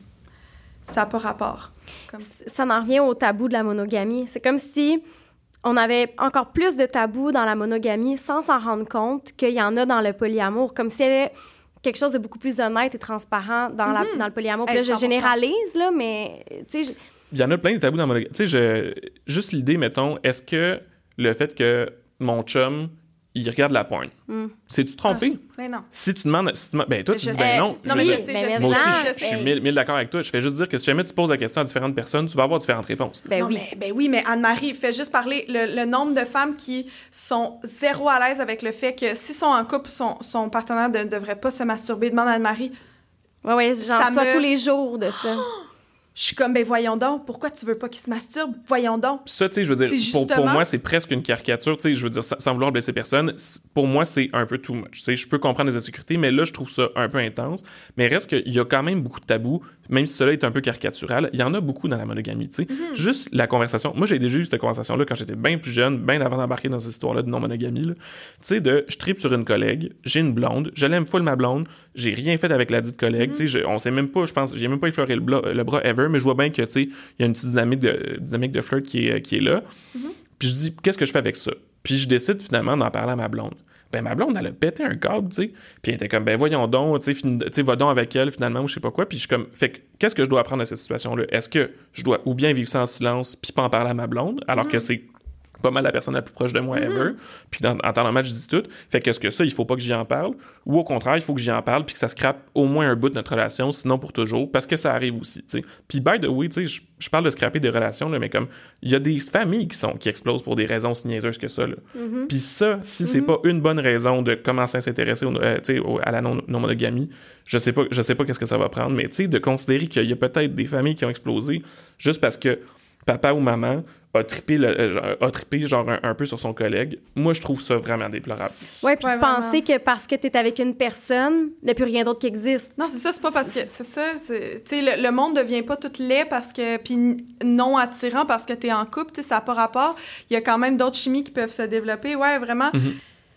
Ça n'a pas rapport. Comme... Ça en revient au tabou de la monogamie. C'est comme si on avait encore plus de tabous dans la monogamie sans s'en rendre compte qu'il y en a dans le polyamour. Comme s'il y avait quelque chose de beaucoup plus honnête et transparent dans, mm-hmm. la, dans le polyamour. Puis là, je généralise, là, mais tu sais... Je... Il y en a plein de tabous dans la monogamie. Tu sais, je... juste l'idée, mettons, est-ce que le fait que mon chum, il regarde la porn, mm. c'est-tu trompé? Ah, ben non. Si tu demandes... Si tu demandes ben toi, tu je dis, ben non. Non, mais je, je sais, je sais. Moi aussi, je, je suis mille, mille d'accord avec toi. Je fais juste dire que si jamais tu poses la question à différentes personnes, tu vas avoir différentes réponses. Ben non, oui. Mais, ben oui, mais Anne-Marie, fais juste parler le, le nombre de femmes qui sont zéro à l'aise avec le fait que s'ils sont en couple, son, son partenaire ne devrait pas se masturber. Demande à Anne-Marie. Oui, oui, j'en reçois me... tous les jours de ça. Je suis comme, ben voyons donc, pourquoi tu veux pas qu'il se masturbe? Voyons donc. Ça, tu sais, je veux dire, justement... pour, pour moi, c'est presque une caricature, tu sais, je veux dire, sans, sans vouloir blesser personne, pour moi, c'est un peu too much. Tu sais, je peux comprendre les insécurités, mais là, je trouve ça un peu intense. Mais reste qu'il y a quand même beaucoup de tabous, même si cela est un peu caricatural. Il y en a beaucoup dans la monogamie, tu sais. Mm-hmm. Juste la conversation. Moi, j'ai déjà eu cette conversation-là quand j'étais bien plus jeune, bien avant d'embarquer dans cette histoire-là de non-monogamie, là. Tu sais, de, je tripe sur une collègue, j'ai une blonde, je l'aime full ma blonde, j'ai rien fait avec la dite collègue, mm-hmm. tu sais, on sait même pas, je pense, j'ai même pas effleuré le, bla, le bras ever, mais je vois bien que, tu sais, il y a une petite dynamique de, dynamique de flirt qui est, qui est là. Mm-hmm. Puis je dis, qu'est-ce que je fais avec ça? Puis je décide finalement d'en parler à ma blonde. Ben ma blonde, elle a pété un câble, tu sais. Puis elle était comme, ben voyons donc, tu sais, fin... va donc avec elle finalement, ou je sais pas quoi. Puis je suis comme, fait que, qu'est-ce que je dois apprendre de cette situation-là? Est-ce que je dois ou bien vivre ça en silence, puis pas en parler à ma blonde, alors mm-hmm. que c'est pas mal la personne la plus proche de moi ever. Mm-hmm. Puis dans, en temps normal, je dis tout. Fait que est-ce que ça, il faut pas que j'y en parle? Ou au contraire, il faut que j'y en parle puis que ça scrape au moins un bout de notre relation, sinon pour toujours, parce que ça arrive aussi, tu sais. Puis by the way, tu sais, je, je parle de scraper des relations, là, mais comme, il y a des familles qui sont qui explosent pour des raisons si niaiseuses que ça, là. Mm-hmm. Puis ça, si mm-hmm. c'est pas une bonne raison de commencer à s'intéresser au, euh, tu sais, au, à la non, non-monogamie, je sais pas, je sais pas qu'est-ce que ça va prendre, mais tu sais, de considérer qu'il y a peut-être des familles qui ont explosé juste parce que papa ou maman a trippé, le, euh, a trippé genre un, un peu sur son collègue. Moi, je trouve ça vraiment déplorable. Oui, puis ouais, penser que parce que t'es avec une personne, il n'y a plus rien d'autre qui existe. Non, c'est ça, c'est pas parce que... C'est ça, c'est... Tu sais, le, le monde devient pas tout laid parce que... Puis non attirant parce que t'es en couple, tu sais, ça n'a pas rapport. Il y a quand même d'autres chimies qui peuvent se développer. Ouais, vraiment. Mm-hmm.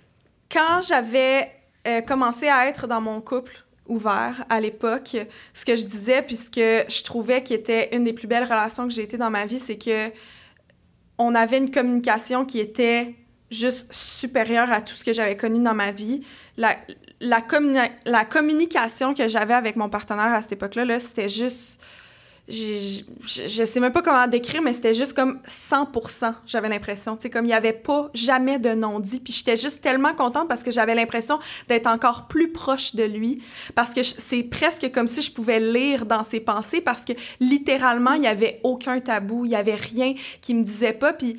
Quand j'avais euh, commencé à être dans mon couple ouvert à l'époque, ce que je disais, puis ce que je trouvais qui était une des plus belles relations que j'ai été dans ma vie, c'est que on avait une communication qui était juste supérieur à tout ce que j'avais connu dans ma vie. La, la, communi- la communication que j'avais avec mon partenaire à cette époque-là, là, c'était juste... J'ai, je, je sais même pas comment décrire, mais c'était juste comme cent pour cent, j'avais l'impression. Tu sais, comme il y avait pas jamais de non-dit. Puis j'étais juste tellement contente parce que j'avais l'impression d'être encore plus proche de lui. Parce que je, c'est presque comme si je pouvais lire dans ses pensées parce que littéralement, il y avait aucun tabou. Il y avait rien qui me disait pas. Puis...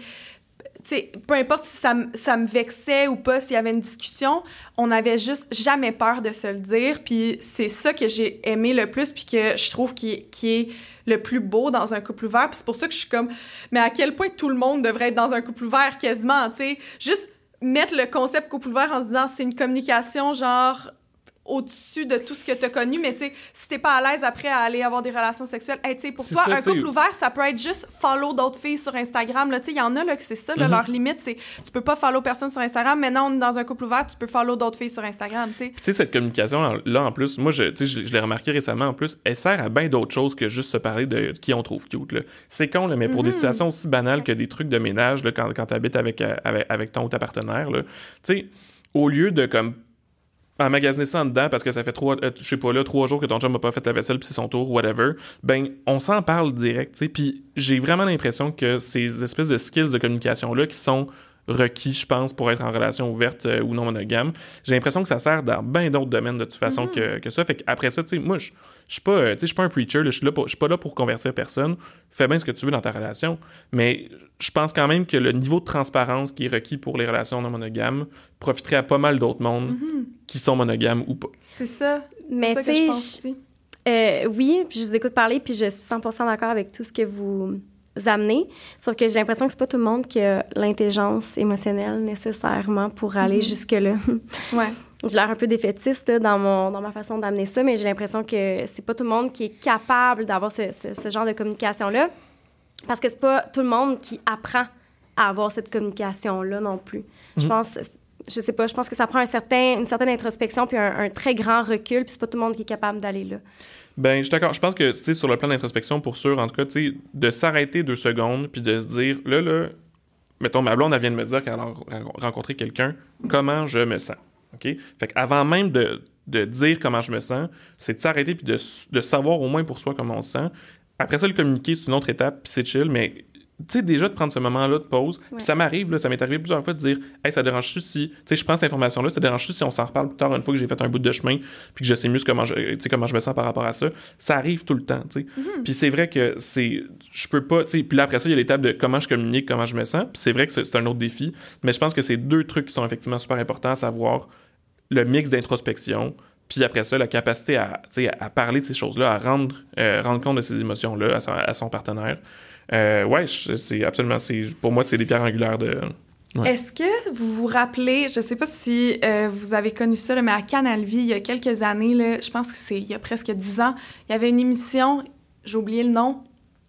tu sais, peu importe si ça, m- ça me vexait ou pas, s'il y avait une discussion, on n'avait juste jamais peur de se le dire. Puis c'est ça que j'ai aimé le plus, puis que je trouve qui est, qui est le plus beau dans un couple ouvert. Puis c'est pour ça que je suis comme... Mais à quel point tout le monde devrait être dans un couple ouvert, quasiment, tu sais? Juste mettre le concept couple ouvert en se disant c'est une communication, genre... au-dessus de tout ce que t'as connu, mais tu sais, si t'es pas à l'aise après à aller avoir des relations sexuelles, hey, tu sais, pour C'est toi, ça, un t'sais. couple ouvert, ça peut être juste follow d'autres filles sur Instagram, là, tu sais, il y en a, là, que c'est ça, là, Mm-hmm. leur limite, c'est, tu peux pas follow personne sur Instagram, maintenant, on est dans un couple ouvert, tu peux follow d'autres filles sur Instagram, tu sais. Tu sais, cette communication-là, en plus, moi, je, tu sais, je, je l'ai remarqué récemment, en plus, elle sert à bien d'autres choses que juste se parler de qui on trouve cute, là. C'est con, là, mais pour Mm-hmm. des situations aussi banales que des trucs de ménage, là, quand, quand t'habites avec, euh, avec, avec ton ou ta partenaire, là, tu sais, au lieu de, comme, emmagasiner ça en dedans parce que ça fait trois, euh, je sais pas là, trois jours que ton chum n'a pas fait la vaisselle puis c'est son tour, whatever, ben, on s'en parle direct, tu sais. Puis j'ai vraiment l'impression que ces espèces de skills de communication-là qui sont requis, je pense, pour être en relation ouverte euh, ou non monogame, j'ai l'impression que ça sert dans bien d'autres domaines de toute façon Mm-hmm. que, que ça. Fait qu'après ça, tu sais, moi, je je suis pas, euh, tu sais, je suis pas un preacher, là, je suis là pour- je suis pas là pour convertir personne. Fais bien ce que tu veux dans ta relation, mais je pense quand même que le niveau de transparence qui est requis pour les relations non monogames profiterait à pas mal d'autres mondes Mm-hmm. qui sont monogames ou pas. C'est ça. Mais c'est ça tu que je sais, pense je- aussi. Euh, oui, puis je vous écoute parler, puis je suis cent pour cent d'accord avec tout ce que vous amenez. Sauf que j'ai l'impression que c'est pas tout le monde qui a l'intelligence émotionnelle nécessairement pour aller Mm-hmm. jusque-là. Ouais. J'ai l'air un peu défaitiste là, dans, mon, dans ma façon d'amener ça, mais j'ai l'impression que c'est pas tout le monde qui est capable d'avoir ce, ce, ce genre de communication-là, parce que c'est pas tout le monde qui apprend à avoir cette communication-là non plus. Je Mhm. pense, je sais pas, je pense que ça prend un certain, une certaine introspection puis un, un très grand recul, puis c'est pas tout le monde qui est capable d'aller là. Ben, je suis d'accord. Je pense que, tu sais, sur le plan d'introspection, pour sûr, en tout cas, tu sais, de s'arrêter deux secondes puis de se dire, là, là, mettons, ma blonde, elle vient de me dire qu'elle a ren- rencontré quelqu'un, comment je me sens, OK? Fait qu'avant même de, de dire comment je me sens, c'est de s'arrêter puis de, de savoir au moins pour soi comment on se sent. Après ça, le communiquer, c'est une autre étape, puis c'est chill, mais tu sais, déjà de prendre ce moment-là de pause, Ouais. puis ça m'arrive, là, ça m'est arrivé plusieurs fois de dire « Hey, ça dérange-tu si... » Tu sais, je prends cette information-là, ça dérange-tu si on s'en reparle plus tard, une fois que j'ai fait un bout de chemin, puis que je sais mieux comment je, tu sais, comment je me sens par rapport à ça. Ça arrive tout le temps, tu sais. Mm-hmm. Puis c'est vrai que c'est... Je peux pas... Tu sais, puis là, après ça, il y a l'étape de comment je communique, comment je me sens, puis c'est vrai que c'est, c'est un autre défi, mais je pense que c'est deux trucs qui sont effectivement super importants, à savoir le mix d'introspection, puis après ça, la capacité à, tu sais, à parler de ces choses-là, à rendre, euh, rendre compte de ces émotions-là à son, à son partenaire. Euh, ouais, je- c'est absolument... C'est, pour moi, c'est des pierres angulaires de... Ouais. Est-ce que vous vous rappelez, je sais pas si euh, vous avez connu ça, là, mais à Canal Vie, il y a quelques années, là, je pense que c'est il y a presque dix ans, il y avait une émission, j'ai oublié le nom,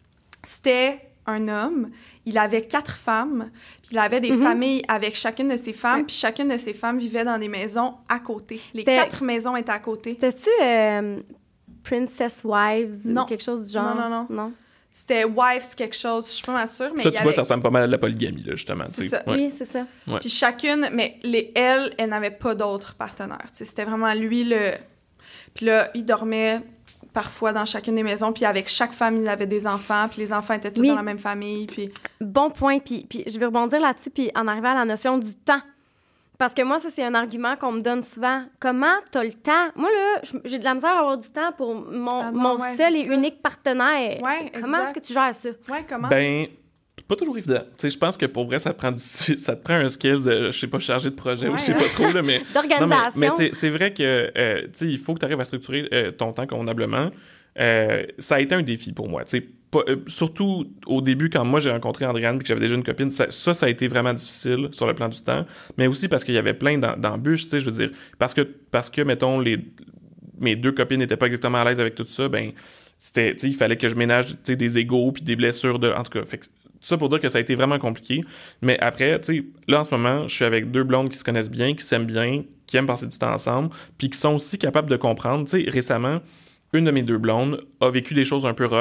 c'était un homme, il avait quatre femmes, puis il avait des Mhm. familles avec chacune de ses femmes, Ouais. puis chacune de ses femmes vivait dans des maisons à côté. Les C'était- quatre maisons étaient à côté. C'était-tu euh, Princess Wives Non. ou quelque chose du genre? Non, non, non. Non? C'était Wives quelque chose, je suis pas mal sûre, mais Ça, il tu y vois, avait... ça ressemble pas mal à de la polygamie, là, justement. C'est tu sais. ça. Ouais. Oui, c'est ça. Puis chacune, mais les, elles, elles n'avaient pas d'autres partenaires. Tu sais, c'était vraiment lui le... Puis là, il dormait parfois dans chacune des maisons, puis avec chaque famille, il avait des enfants, puis les enfants étaient tous Oui. dans la même famille, puis... Bon point. Puis, puis je vais rebondir là-dessus, puis en arrivant à la notion du temps. Parce que moi, ça, c'est un argument qu'on me donne souvent. Comment t'as le temps? Moi, là, j- j'ai de la misère à avoir du temps pour mon, Ah non, mon ouais, seul c'est et ça. unique partenaire. Ouais, Comment exact. est-ce que tu gères ça? Ouais, comment? Ben, pas toujours évident. Tu sais, je pense que pour vrai, ça te prend, du... ça te prend un skill de, je sais pas, chargé de projet ou Ouais, je sais ouais. pas trop, là, mais... Non, mais, D'organisation. mais c'est, c'est vrai que, euh, tu sais, il faut que tu arrives à structurer euh, ton temps convenablement. Euh, ça a été un défi pour moi, tu sais. Pas- euh, surtout au début, quand moi j'ai rencontré Andréane et que j'avais déjà une copine, ça, ça, ça a été vraiment difficile sur le plan du temps, mais aussi parce qu'il y avait plein d'em- d'embûches, tu sais, je veux dire, parce que, parce que mettons, les, mes deux copines n'étaient pas exactement à l'aise avec tout ça, ben, c'était, tu sais, il fallait que je ménage, tu sais, des égos puis des blessures de, en tout cas, fait que, tout ça pour dire que ça a été vraiment compliqué, mais après, tu sais, là, en ce moment, je suis avec deux blondes qui se connaissent bien, qui s'aiment bien, qui aiment passer du temps ensemble, puis qui sont aussi capables de comprendre, tu sais, récemment, une de mes deux blondes a vécu des choses un peu rough,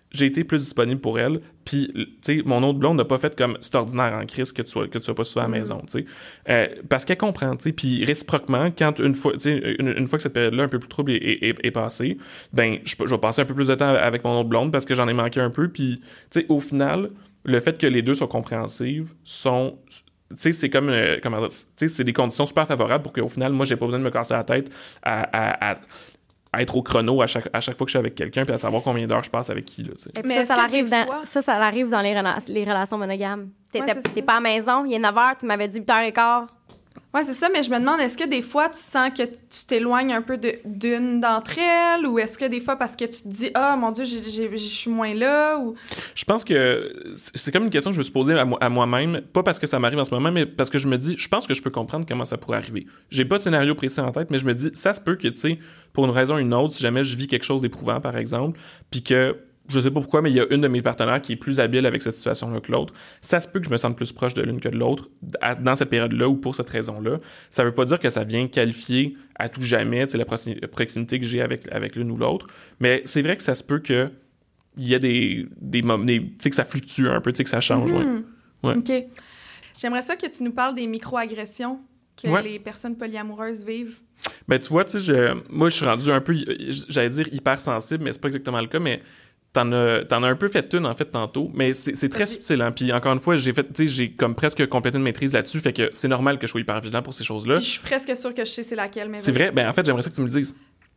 j'ai été plus disponible pour elle. Puis, tu sais, mon autre blonde n'a pas fait comme c'est ordinaire en crise que tu sois, que tu sois pas souvent à la maison, tu sais. Euh, parce qu'elle comprend, tu sais. Puis, réciproquement, quand une fois, tu sais, une, une fois que cette période-là un peu plus trouble est, est, est, est passée, ben, je, je vais passer un peu plus de temps avec mon autre blonde parce que j'en ai manqué un peu. Puis, tu sais, au final, le fait que les deux soient compréhensives sont... Tu sais, c'est comme... Euh, comment dire? Tu sais, c'est des conditions super favorables pour qu'au final, moi, j'ai pas besoin de me casser la tête à... à, à à être au chrono à chaque, à chaque fois que je suis avec quelqu'un puis à savoir combien d'heures je passe avec qui. Là, mais ça, ça, arrive dans, fois... ça, ça arrive dans les, rela- les relations monogames. T'es, ouais, t'es pas à la maison, il est neuf heures, tu m'avais dit huit heures quinze. Oui, c'est ça, mais je me demande, est-ce que des fois, tu sens que tu t'éloignes un peu de, d'une d'entre elles, ou est-ce que des fois, parce que tu te dis « Ah, mon Dieu, je suis moins là », ou... Je pense que c'est comme une question que je me suis posée à, moi, à moi-même, pas parce que ça m'arrive en ce moment, mais parce que je me dis, je pense que je peux comprendre comment ça pourrait arriver. J'ai pas de scénario précis en tête, mais je me dis, ça se peut que, tu sais, pour une raison ou une autre, si jamais je vis quelque chose d'éprouvant, par exemple, puis que... je sais pas pourquoi, mais il y a une de mes partenaires qui est plus habile avec cette situation-là que l'autre. Ça se peut que je me sente plus proche de l'une que de l'autre dans cette période-là ou pour cette raison-là. Ça veut pas dire que ça vient qualifier à tout jamais la proximité que j'ai avec, avec l'une ou l'autre. Mais c'est vrai que ça se peut que il y a des, des moments, tu sais, que ça fluctue un peu, tu sais, que ça change. Mm-hmm. Ouais. Ouais. OK. J'aimerais ça que tu nous parles des micro-agressions que ouais. les personnes polyamoureuses vivent. Ben, tu vois, tu sais, je, moi, je suis rendu un peu, j'allais dire hypersensible, mais c'est pas exactement le cas, mais T'en as, t'en as un peu fait une, en fait, tantôt, mais c'est, c'est très subtil, hein. Puis encore une fois, j'ai fait, tu sais, j'ai comme presque complété une maîtrise là-dessus, fait que c'est normal que je sois hyper vigilant pour ces choses-là. Puis je suis presque sûre que je sais c'est laquelle, mais... C'est vrai? Ben en fait, j'aimerais ça que tu me le dises.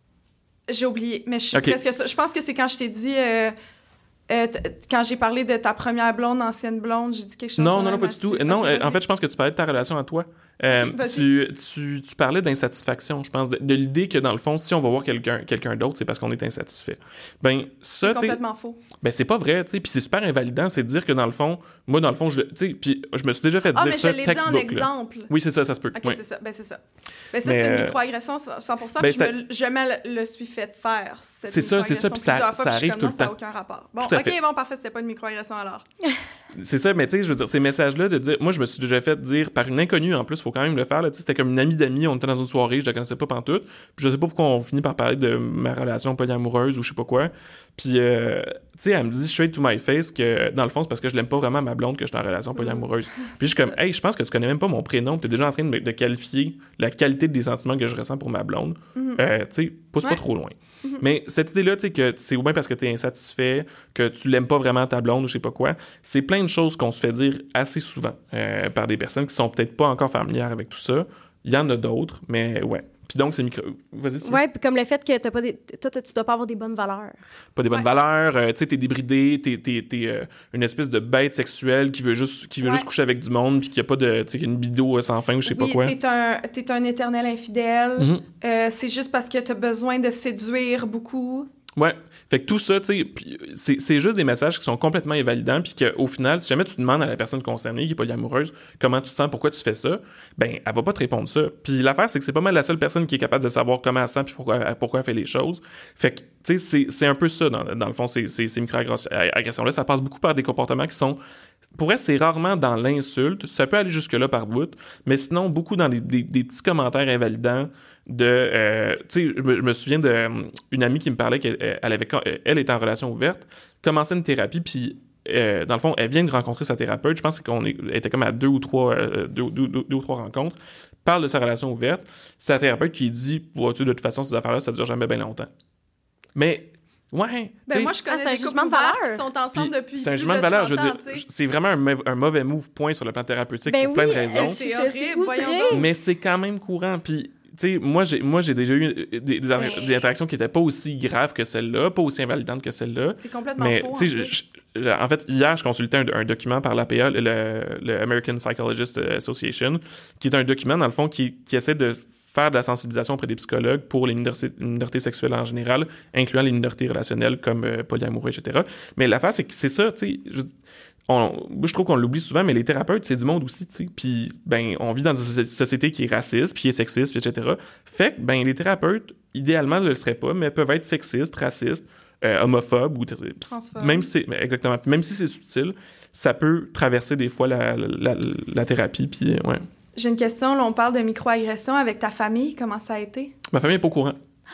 J'ai oublié, mais je suis okay. presque sûre. Je pense que c'est quand je t'ai dit... Euh, euh, t- quand j'ai parlé de ta première blonde, ancienne blonde, j'ai dit quelque chose... Non, non, non, pas du tout. Okay, non, euh, en fait, je pense que tu parlais de ta relation à toi. Euh, okay, tu, tu, tu parlais d'insatisfaction, je pense, de, de l'idée que, dans le fond, si on va voir quelqu'un, quelqu'un d'autre, c'est parce qu'on est insatisfait. Ben, ça, c'est complètement faux. Ben, c'est pas vrai, tu sais, puis c'est super invalidant, c'est de dire que, dans le fond, moi, dans le fond, je, tu sais, puis je me suis déjà fait ah, dire mais ça, je l'ai dit en exemple. Oui, c'est ça, ça se peut. OK, oui. c'est ça, ben c'est ça. Ben ça, mais, c'est une microagression cent pour cent, ben, puis je me, je me le suis fait faire, cette c'est ça, c'est ça, puis ça, ça arrive tout le temps. Ça n'a aucun rapport. Bon, OK, fait. bon, parfait, c'était pas une microagression alors. C'est ça, mais tu sais, je veux dire, ces messages-là de dire... Moi, je me suis déjà fait dire par une inconnue, en plus, faut quand même le faire, là, tu sais, c'était comme une amie d'amis, on était dans une soirée, je la connaissais pas pantoute, puis je sais pas pourquoi on finit par parler de ma relation polyamoureuse ou je sais pas quoi, puis, euh, tu sais, elle me dit straight to my face que, dans le fond, c'est parce que je l'aime pas vraiment ma blonde que je suis en relation polyamoureuse. Puis je suis comme, hey, je pense que tu connais même pas mon prénom, t'es déjà en train de, de qualifier la qualité des sentiments que je ressens pour ma blonde. Mm-hmm. Euh, tu sais, pousse ouais. pas trop loin. Mm-hmm. Mais cette idée-là, tu sais, que c'est ou bien parce que t'es insatisfait, que tu l'aimes pas vraiment ta blonde ou je sais pas quoi, c'est plein de choses qu'on se fait dire assez souvent euh, par des personnes qui sont peut-être pas encore familières avec tout ça. Il y en a d'autres, mais ouais. Puis donc, c'est micro... Vas-y, ouais, puis comme le fait que t'as pas des... toi, tu dois pas avoir des bonnes valeurs. Pas des bonnes ouais. valeurs, euh, tu sais, t'es débridé, t'es, t'es, t'es euh, une espèce de bête sexuelle qui veut juste, qui veut ouais. juste coucher avec du monde, puis qu'il y a pas de, tu sais, une bidou sans fin ou je sais oui, pas quoi. T'es un, t'es un éternel infidèle. Mm-hmm. Euh, c'est juste parce que t'as besoin de séduire beaucoup. Ouais. Fait que tout ça, tu sais, c'est, c'est juste des messages qui sont complètement invalidants, puis qu'au final, si jamais tu demandes à la personne concernée, qui est polyamoureuse, comment tu te sens, pourquoi tu fais ça, ben, elle va pas te répondre ça. Puis l'affaire, c'est que c'est pas mal la seule personne qui est capable de savoir comment elle se sent, puis pourquoi, pourquoi elle fait les choses. Fait que, tu sais, c'est, c'est un peu ça, dans, dans le fond, ces, ces, ces micro-agressions-là. Ça passe beaucoup par des comportements qui sont... Pour elle, c'est rarement dans l'insulte. Ça peut aller jusque-là par bout, mais sinon, beaucoup dans des, des, des petits commentaires invalidants de... Euh, tu sais, je me, je me souviens d'une euh, amie qui me parlait qu'elle elle avait, elle était en relation ouverte, commençait une thérapie, puis euh, dans le fond, elle vient de rencontrer sa thérapeute. Je pense qu'on est, elle était comme à deux ou trois, euh, deux, deux, deux, deux ou trois rencontres. Parle de sa relation ouverte. C'est la thérapeute qui dit oh, « Tu de toute façon, ces affaires-là, ça dure jamais bien longtemps. » Mais... Ouais. Ben moi, je connais ah, des couples ouverts qui sont ensemble depuis c'est un jugement de valeur. Je veux dire, c'est vraiment un, me- un mauvais move point sur le plan thérapeutique ben pour oui, plein de raisons. C'est horrible, voyons donc. Mais c'est quand même courant. Puis, tu sais, moi, j'ai, moi, j'ai déjà eu des, des, mais... des interactions qui n'étaient pas aussi graves que celle-là, pas aussi invalidantes que celle-là. C'est complètement mais, faux. Mais, tu sais, en fait, hier, je consultais un, un document par l'A P A, le, le American Psychologist Association, qui est un document, dans le fond, qui, qui essaie de faire de la sensibilisation auprès des psychologues pour les minorités, minorités sexuelles en général, incluant les minorités relationnelles comme euh, polyamoureux, et cetera. Mais l'affaire, c'est que c'est ça, tu sais, je, on, je trouve qu'on l'oublie souvent, mais les thérapeutes, c'est du monde aussi, tu sais. Puis, ben, on vit dans une société qui est raciste, puis qui est sexiste, et cetera. Fait que, ben, les thérapeutes, idéalement, ne le seraient pas, mais peuvent être sexistes, racistes, euh, homophobes, ou transphobes. Même si, exactement, même si c'est subtil, ça peut traverser des fois la, la, la, la thérapie, puis, ouais. J'ai une question, là, on parle de microagression avec ta famille, comment ça a été? Ma famille n'est pas au courant.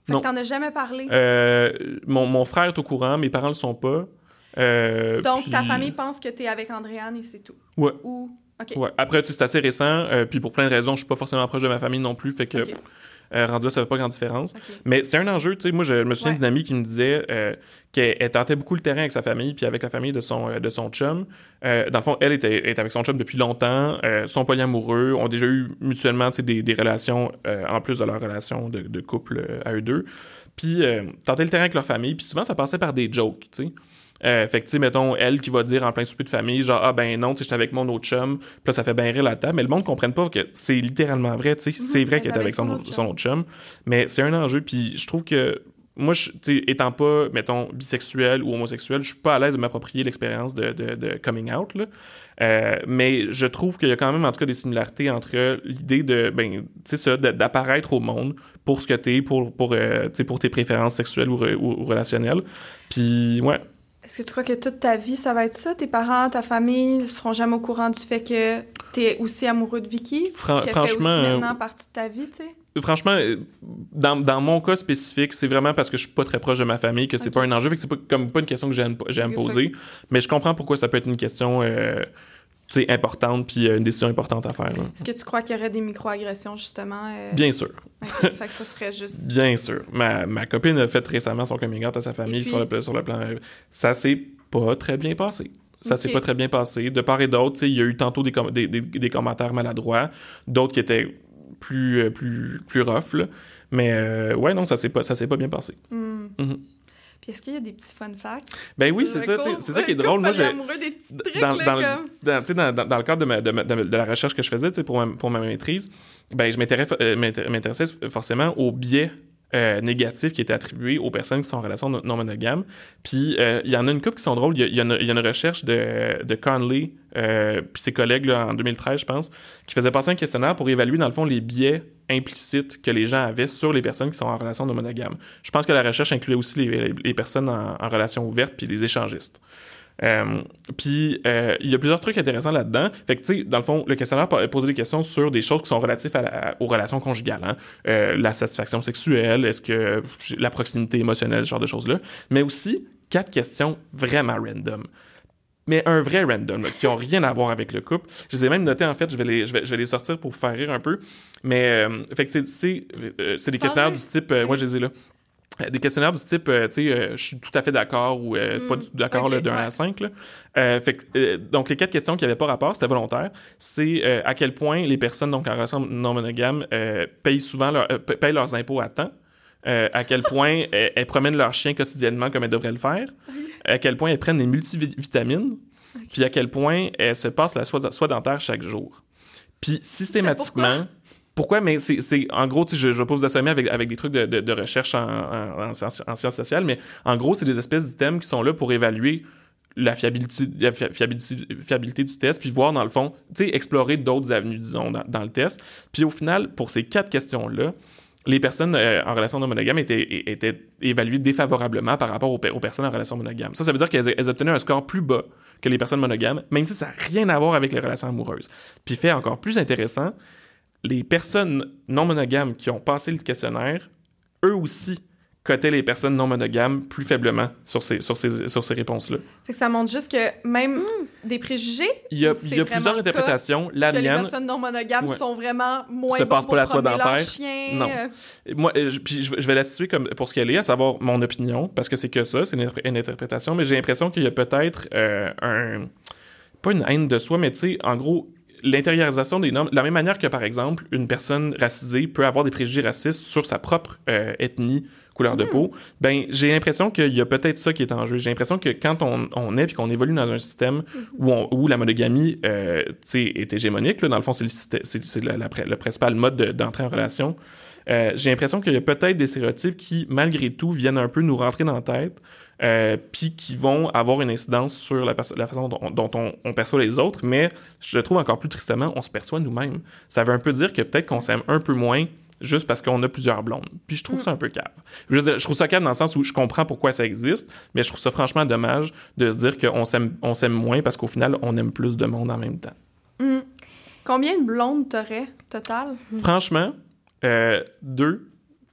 Fait non. que t'en as jamais parlé? Euh, mon, mon frère est au courant, mes parents le sont pas. Euh, Donc, puis... ta famille pense que t'es avec Andréane et c'est tout? Ouais. Ou... OK. Ouais. Après, tu sais, c'est assez récent, euh, puis pour plein de raisons, je suis pas forcément proche de ma famille non plus, fait que Okay. euh, rendu là, ça fait pas grande différence. Okay. Mais c'est un enjeu, tu sais, moi, je me souviens Ouais. d'une amie qui me disait euh, qu'elle elle tentait beaucoup le terrain avec sa famille, puis avec la famille de son, euh, de son chum. Euh, dans le fond, elle était, est avec son chum depuis longtemps, euh, sont polyamoureux, ont déjà eu mutuellement, tu sais, des, des relations, euh, en plus de leur relation de, de couple euh, à eux deux. Puis, euh, tentaient le terrain avec leur famille, puis souvent, ça passait par des jokes, tu sais. Euh, fait que, tu sais, mettons, elle qui va dire en plein souper de famille, genre, ah ben non, tu sais, j'étais avec mon autre chum, puis là, ça fait bien rire la table, mais le monde ne comprenne pas que c'est littéralement vrai, tu sais, Mm-hmm. c'est vrai qu'elle est avec son, autre son autre chum, mais c'est un enjeu, puis je trouve que, moi, tu sais, étant pas, mettons, bisexuel ou homosexuel, je suis pas à l'aise de m'approprier l'expérience de, de, de coming out, là. Euh, mais je trouve qu'il y a quand même, en tout cas, des similarités entre l'idée de, ben, tu sais, ça, de, d'apparaître au monde pour ce que t'es, pour, pour, euh, tu sais, pour tes préférences sexuelles ou, re, ou, ou relationnelles, puis, ouais. Est-ce que tu crois que toute ta vie, ça va être ça? Tes parents, ta famille seront jamais au courant du fait que t'es aussi amoureux de Vicky? Fra- qu'elle franchement, fait aussi euh, maintenant partie de ta vie, tu sais? Franchement, dans, dans mon cas spécifique, c'est vraiment parce que je suis pas très proche de ma famille que c'est Okay. pas un enjeu, fait que c'est pas, comme pas une question que j'ai à me, j'ai à me Okay, poser. Mais je comprends pourquoi ça peut être une question euh, tu sais, importante puis euh, une décision importante à faire. Là. Est-ce que tu crois qu'il y aurait des micro-agressions, justement? Euh... Bien sûr. OK, fait que ça serait juste... Bien sûr. Ma, ma copine a fait récemment son coming out à sa famille puis... sur, le, sur le plan... Ça s'est pas très bien passé. Ça okay. s'est pas très bien passé. De part et d'autre, il y a eu tantôt des, com- des, des, des commentaires maladroits, d'autres qui étaient plus, euh, plus, plus rough, là. Mais euh, ouais, non, ça s'est pas, ça s'est pas bien passé. Mm. Mm-hmm. Puis est-ce qu'il y a des petits fun facts? Ben oui, c'est ça, c'est ça qui est drôle. Moi, j'ai amoureux des petits trucs, dans, là, dans, comme... dans, dans, dans, dans le cadre de, ma, de, ma, de, de la recherche que je faisais pour ma, pour ma maîtrise, ben je m'intéressais, euh, m'intéressais forcément aux biais euh, négatifs qui étaient attribués aux personnes qui sont en relation non monogames. Puis il euh, y en a une couple qui sont drôles. Il y, y, y a une recherche de, de Conley euh, puis ses collègues là, en deux mille treize, je pense, qui faisait passer un questionnaire pour évaluer, dans le fond, les biais implicites que les gens avaient sur les personnes qui sont en relation non monogame. Je pense que la recherche incluait aussi les, les personnes en, en relation ouverte puis les échangistes. Euh, puis euh, il y a plusieurs trucs intéressants là-dedans. Fait que tu sais, dans le fond, le questionnaire posait des questions sur des choses qui sont relatives à la, aux relations conjugales, hein? euh, la satisfaction sexuelle, est-ce que la proximité émotionnelle, ce genre de choses-là, mais aussi quatre questions vraiment random. Mais un vrai random, là, qui n'ont rien à voir avec le couple. Je les ai même notés, en fait, je vais les, je vais, je vais les sortir pour vous faire rire un peu. Mais, euh, fait que c'est, c'est, euh, c'est des Sans questionnaires rire. du type... Euh, moi, je les ai là. Euh, des questionnaires du type, euh, tu sais, euh, je suis tout à fait d'accord ou euh, Mm. pas du tout d'accord Okay, là, d'un ouais. à cinq. Là. Euh, fait que, euh, donc, les quatre questions qui n'avaient pas rapport, c'était volontaire. C'est euh, à quel point les personnes donc, en relation non monogame euh, payent souvent leur, euh, payent leurs impôts à temps. Euh, à quel point euh, elles promènent leur chien quotidiennement comme elles devraient le faire. À quel point elles prennent des multivitamines. Okay. Puis à quel point elles se passent la soie, soie dentaire chaque jour. Puis systématiquement... Pourquoi? Mais c'est, c'est en gros, je ne vais pas vous assommer avec, avec des trucs de, de, de recherche en, en, en, sciences, en sciences sociales, mais en gros, c'est des espèces d'items qui sont là pour évaluer la fiabilité, la fiabilité, fiabilité du test, puis voir, dans le fond, tu sais, explorer d'autres avenues, disons, dans, dans le test. Puis au final, pour ces quatre questions-là, les personnes euh, en relation non monogame étaient, étaient évaluées défavorablement par rapport aux, aux personnes en relation monogame. Ça, ça veut dire qu'elles elles obtenaient un score plus bas que les personnes monogames, même si ça n'a rien à voir avec les relations amoureuses. Puis fait encore plus intéressant, les personnes non monogames qui ont passé le questionnaire, eux aussi cotaient les personnes non monogames plus faiblement sur ces, sur ces, sur ces réponses-là. Fait que ça montre juste que même mm. des préjugés, il y a, il y a plusieurs interprétations. La que mienne, les personnes non monogames ouais, sont vraiment moins se bons passe pour pas la soie promener leur dentaire. chien. Non. Moi, je, puis je, je vais la situer comme pour ce qu'elle est, à savoir mon opinion, parce que c'est que ça, c'est une, une interprétation, mais j'ai l'impression qu'il y a peut-être euh, un... pas une haine de soi, mais tu sais, en gros, l'intériorisation des normes, de la même manière que, par exemple, une personne racisée peut avoir des préjugés racistes sur sa propre euh, ethnie, couleur de mmh. peau, ben j'ai l'impression qu'il y a peut-être ça qui est en jeu. J'ai l'impression que quand on, on est puis qu'on évolue dans un système mmh. où, on, où la monogamie euh, est hégémonique, là, dans le fond, c'est le, c'est, c'est la, la, le principal mode de, d'entrée en relation, euh, j'ai l'impression qu'il y a peut-être des stéréotypes qui, malgré tout, viennent un peu nous rentrer dans la tête, euh, puis qui vont avoir une incidence sur la, perso- la façon dont, dont on, on perçoit les autres, mais je le trouve encore plus tristement, on se perçoit nous-mêmes. Ça veut un peu dire que peut-être qu'on s'aime un peu moins juste parce qu'on a plusieurs blondes. Puis je trouve mm. ça un peu cave. Je veux dire, je trouve ça cave dans le sens où je comprends pourquoi ça existe, mais je trouve ça franchement dommage de se dire qu'on s'aime, on s'aime moins parce qu'au final, on aime plus de monde en même temps. Mm. Combien de blondes t'aurais, total? Franchement, euh, deux.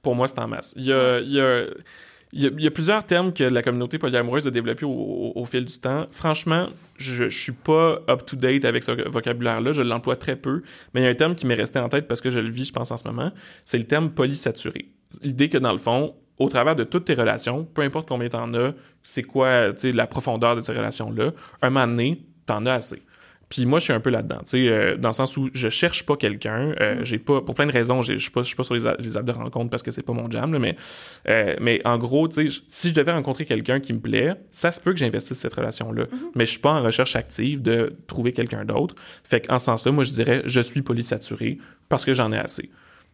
pour moi, c'est en masse. Il y a, il y a, il y a, il y a plusieurs termes que la communauté polyamoureuse a développés au, au, au fil du temps. Franchement, je, je suis pas up-to-date avec ce vocabulaire-là. Je l'emploie très peu. Mais il y a un terme qui m'est resté en tête parce que je le vis, je pense, en ce moment. C'est le terme polysaturé. L'idée que, dans le fond, au travers de toutes tes relations, peu importe combien t'en as, c'est quoi, tu sais, la profondeur de ces relations-là, un moment donné, t'en as assez. Puis moi, je suis un peu là-dedans, tu sais, euh, dans le sens où je cherche pas quelqu'un, euh, j'ai pas, pour plein de raisons, je suis pas, je suis pas sur les, a- les apps de rencontre parce que c'est pas mon jam, là, mais, euh, mais en gros, tu sais, si je devais rencontrer quelqu'un qui me plaît, ça se peut que j'investisse cette relation-là, mm-hmm. mais je suis pas en recherche active de trouver quelqu'un d'autre. Fait qu'en ce sens-là, moi, je dirais, je suis polysaturé parce que j'en ai assez.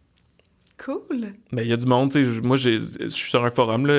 Cool. Mais il y a du monde, tu sais, moi, j'ai, je suis sur un forum là,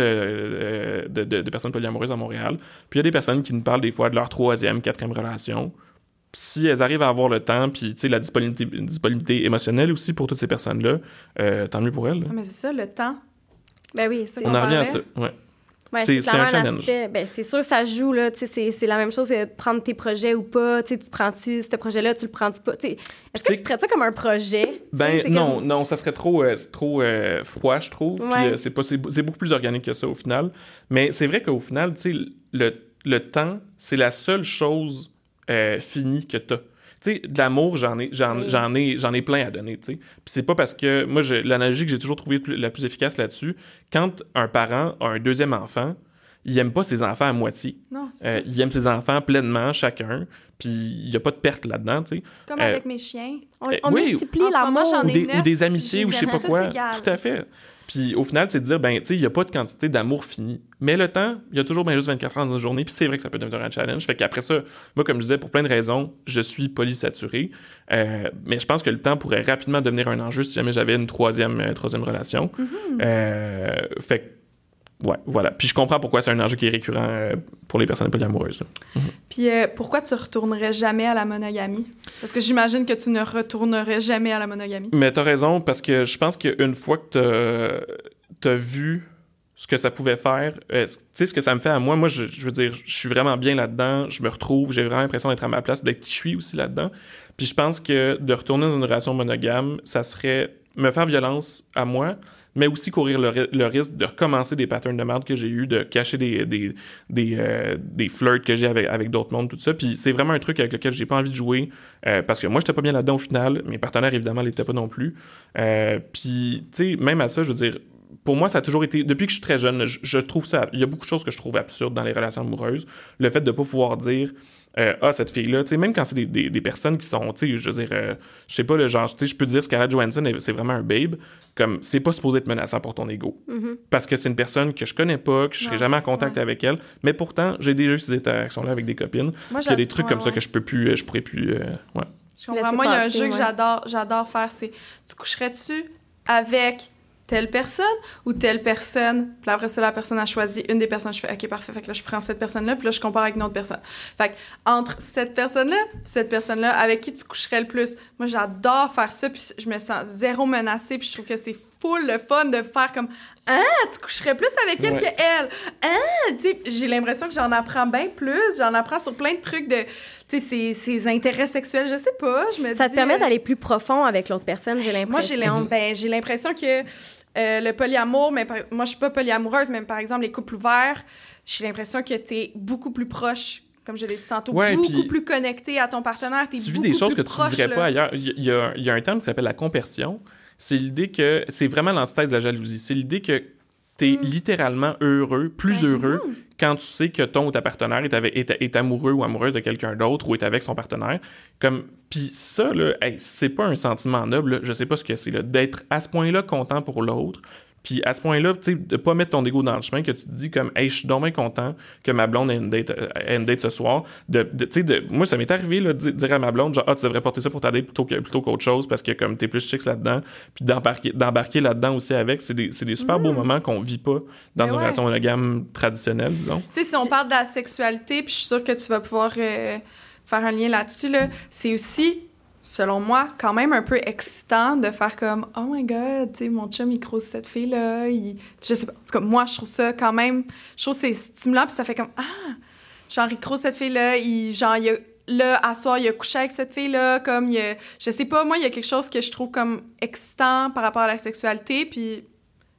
euh, de, de, de personnes polyamoureuses à Montréal, puis il y a des personnes qui nous parlent des fois de leur troisième, quatrième relation. Si elles arrivent à avoir le temps, puis tu sais, la disponibilité, disponibilité émotionnelle aussi pour toutes ces personnes-là, euh, tant mieux pour elles. Ah, mais c'est ça, le temps. Ben oui, c'est On en revient à ça, ouais. Ouais, c'est, c'est, c'est un un challenge. aspect, ben, c'est sûr, ça joue, là, tu sais, c'est, c'est la même chose que prendre tes projets ou pas, tu sais, tu prends-tu ce projet-là, tu le prends-tu pas, tu sais, est-ce que tu traites ça comme un projet? Ben c'est non, quasiment... non, ça serait trop, euh, c'est trop euh, froid, je trouve, ouais. puis euh, c'est, pas, c'est, c'est beaucoup plus organique que ça au final, mais c'est vrai qu'au final, tu sais, le, le temps, c'est la seule chose euh, finie que t'as. Tu sais, de l'amour, j'en ai, j'en, oui. j'en ai, j'en ai plein à donner, tu sais. Puis c'est pas parce que, moi, je, l'analogie que j'ai toujours trouvée la plus efficace là-dessus, quand un parent a un deuxième enfant, il aime pas ses enfants à moitié. Non, euh, il aime ses enfants pleinement, chacun, puis il y a pas de perte là-dedans, tu sais. Comme euh, avec mes chiens. On, on oui, multiplie l'amour. Moment, ou, des, neuf, ou des amitiés, ou je sais pas quoi. Tout, tout à fait. Puis au final, c'est de dire, ben, tu sais, il y a pas de quantité d'amour fini. Mais le temps, il y a toujours bien juste vingt-quatre heures dans une journée, puis c'est vrai que ça peut devenir un challenge. Fait qu'après ça, moi, comme je disais, pour plein de raisons, je suis polysaturé. Euh, mais je pense que le temps pourrait rapidement devenir un enjeu si jamais j'avais une troisième, euh, troisième relation. Mm-hmm. Euh, fait que ouais, voilà. Puis je comprends pourquoi c'est un enjeu qui est récurrent euh, pour les personnes polyamoureuses. Mm-hmm. Puis euh, pourquoi tu retournerais jamais à la monogamie? Parce que j'imagine que tu ne retournerais jamais à la monogamie. Mais t'as raison, parce que je pense qu'une fois que t'as, t'as vu ce que ça pouvait faire, euh, tu sais, ce que ça me fait à moi, moi, je, je veux dire, je suis vraiment bien là-dedans, je me retrouve, j'ai vraiment l'impression d'être à ma place, d'être qui je suis aussi là-dedans. Puis je pense que de retourner dans une relation monogame, ça serait me faire violence à moi, mais aussi courir le, le risque de recommencer des patterns de merde que j'ai eu, de cacher des des des, euh, des flirts que j'ai avec avec d'autres mondes, tout ça. Puis c'est vraiment un truc avec lequel j'ai pas envie de jouer, euh, parce que moi j'étais pas bien là-dedans au final, mes partenaires évidemment l'étaient pas non plus. Euh, puis tu sais, même à ça, je veux dire, pour moi ça a toujours été, depuis que je suis très jeune, je, je trouve ça, il y a beaucoup de choses que je trouve absurdes dans les relations amoureuses, le fait de pas pouvoir dire Euh, ah, cette fille-là, tu sais, même quand c'est des, des, des personnes qui sont, tu sais, je veux dire, euh, je sais pas, le genre, tu sais, je peux dire Scarlett Johansson, c'est vraiment un babe, comme, c'est pas supposé être menaçant pour ton ego. Mm-hmm. Parce que c'est une personne que je connais pas, que je serai ouais, jamais en contact ouais. avec elle, mais pourtant, j'ai déjà eu ces interactions-là avec des copines. Moi, il y a des trucs ouais, comme ouais. ça que je peux plus, je pourrais plus, euh, ouais. Je comprends. Moi, il y a un jeu ouais. que j'adore, j'adore faire, c'est, tu coucherais-tu avec telle personne ou telle personne, puis après ça, la personne a choisi une des personnes, je fais « OK, parfait, fait que là, je prends cette personne-là, puis là, je compare avec une autre personne. » Fait que entre cette personne-là puis cette personne-là, avec qui tu coucherais le plus? Moi, j'adore faire ça, puis je me sens zéro menacée, puis je trouve que c'est full le fun de faire comme « Ah, tu coucherais plus avec elle ouais. qu'elle! Ah! » Tu sais, j'ai l'impression que j'en apprends bien plus, j'en apprends sur plein de trucs de, tu sais, ses, ses intérêts sexuels, je sais pas, je me dis... Ça te permet d'aller plus profond avec l'autre personne, j'ai l'impression. Moi, j'ai l'impression, ben, j'ai l'impression que Euh, le polyamour, mais par... moi, je suis pas polyamoureuse, mais par exemple, les couples ouverts, j'ai l'impression que t'es beaucoup plus proche, comme je l'ai dit tantôt, ouais, beaucoup plus connecté à ton partenaire. T'es tu vis des choses que proche, tu vivrais là. pas ailleurs. Il y, y, a, il y a un terme qui s'appelle la compersion. C'est l'idée que... C'est vraiment l'antithèse de la jalousie. C'est l'idée que t'es mm. littéralement heureux, plus ben, heureux, mm. quand tu sais que ton ou ta partenaire est, avec, est, est amoureux ou amoureuse de quelqu'un d'autre ou est avec son partenaire. Comme... Puis ça, là, hey, c'est pas un sentiment noble, là, je sais pas ce que c'est, là, d'être à ce point-là content pour l'autre. Puis à ce point-là, tu sais, de pas mettre ton ego dans le chemin, que tu te dis comme, hey, je suis donc bien content que ma blonde ait une date, ait une date ce soir. De, de, tu sais, de, moi, ça m'est arrivé, là, de dire à ma blonde, genre, ah, tu devrais porter ça pour ta date plutôt, que, plutôt qu'autre chose parce que comme t'es plus chic là-dedans. Puis d'embarquer, d'embarquer là-dedans aussi avec, c'est des, c'est des super mmh. beaux moments qu'on vit pas dans Mais une ouais. relation monogame traditionnelle, disons. Tu sais, si on parle de la sexualité, puis je suis sûre que tu vas pouvoir euh, faire un lien là-dessus, là, c'est aussi, selon moi, quand même un peu excitant de faire comme « Oh my God, tu sais, mon chum, il croise cette fille-là. » il... Je sais pas. En tout cas, moi, je trouve ça quand même... Je trouve que c'est stimulant, puis ça fait comme « Ah! » Genre, il croise cette fille-là, il... genre, il a... là, à soir, il a couché avec cette fille-là, comme, il a... Je sais pas, moi, il y a quelque chose que je trouve comme excitant par rapport à la sexualité, puis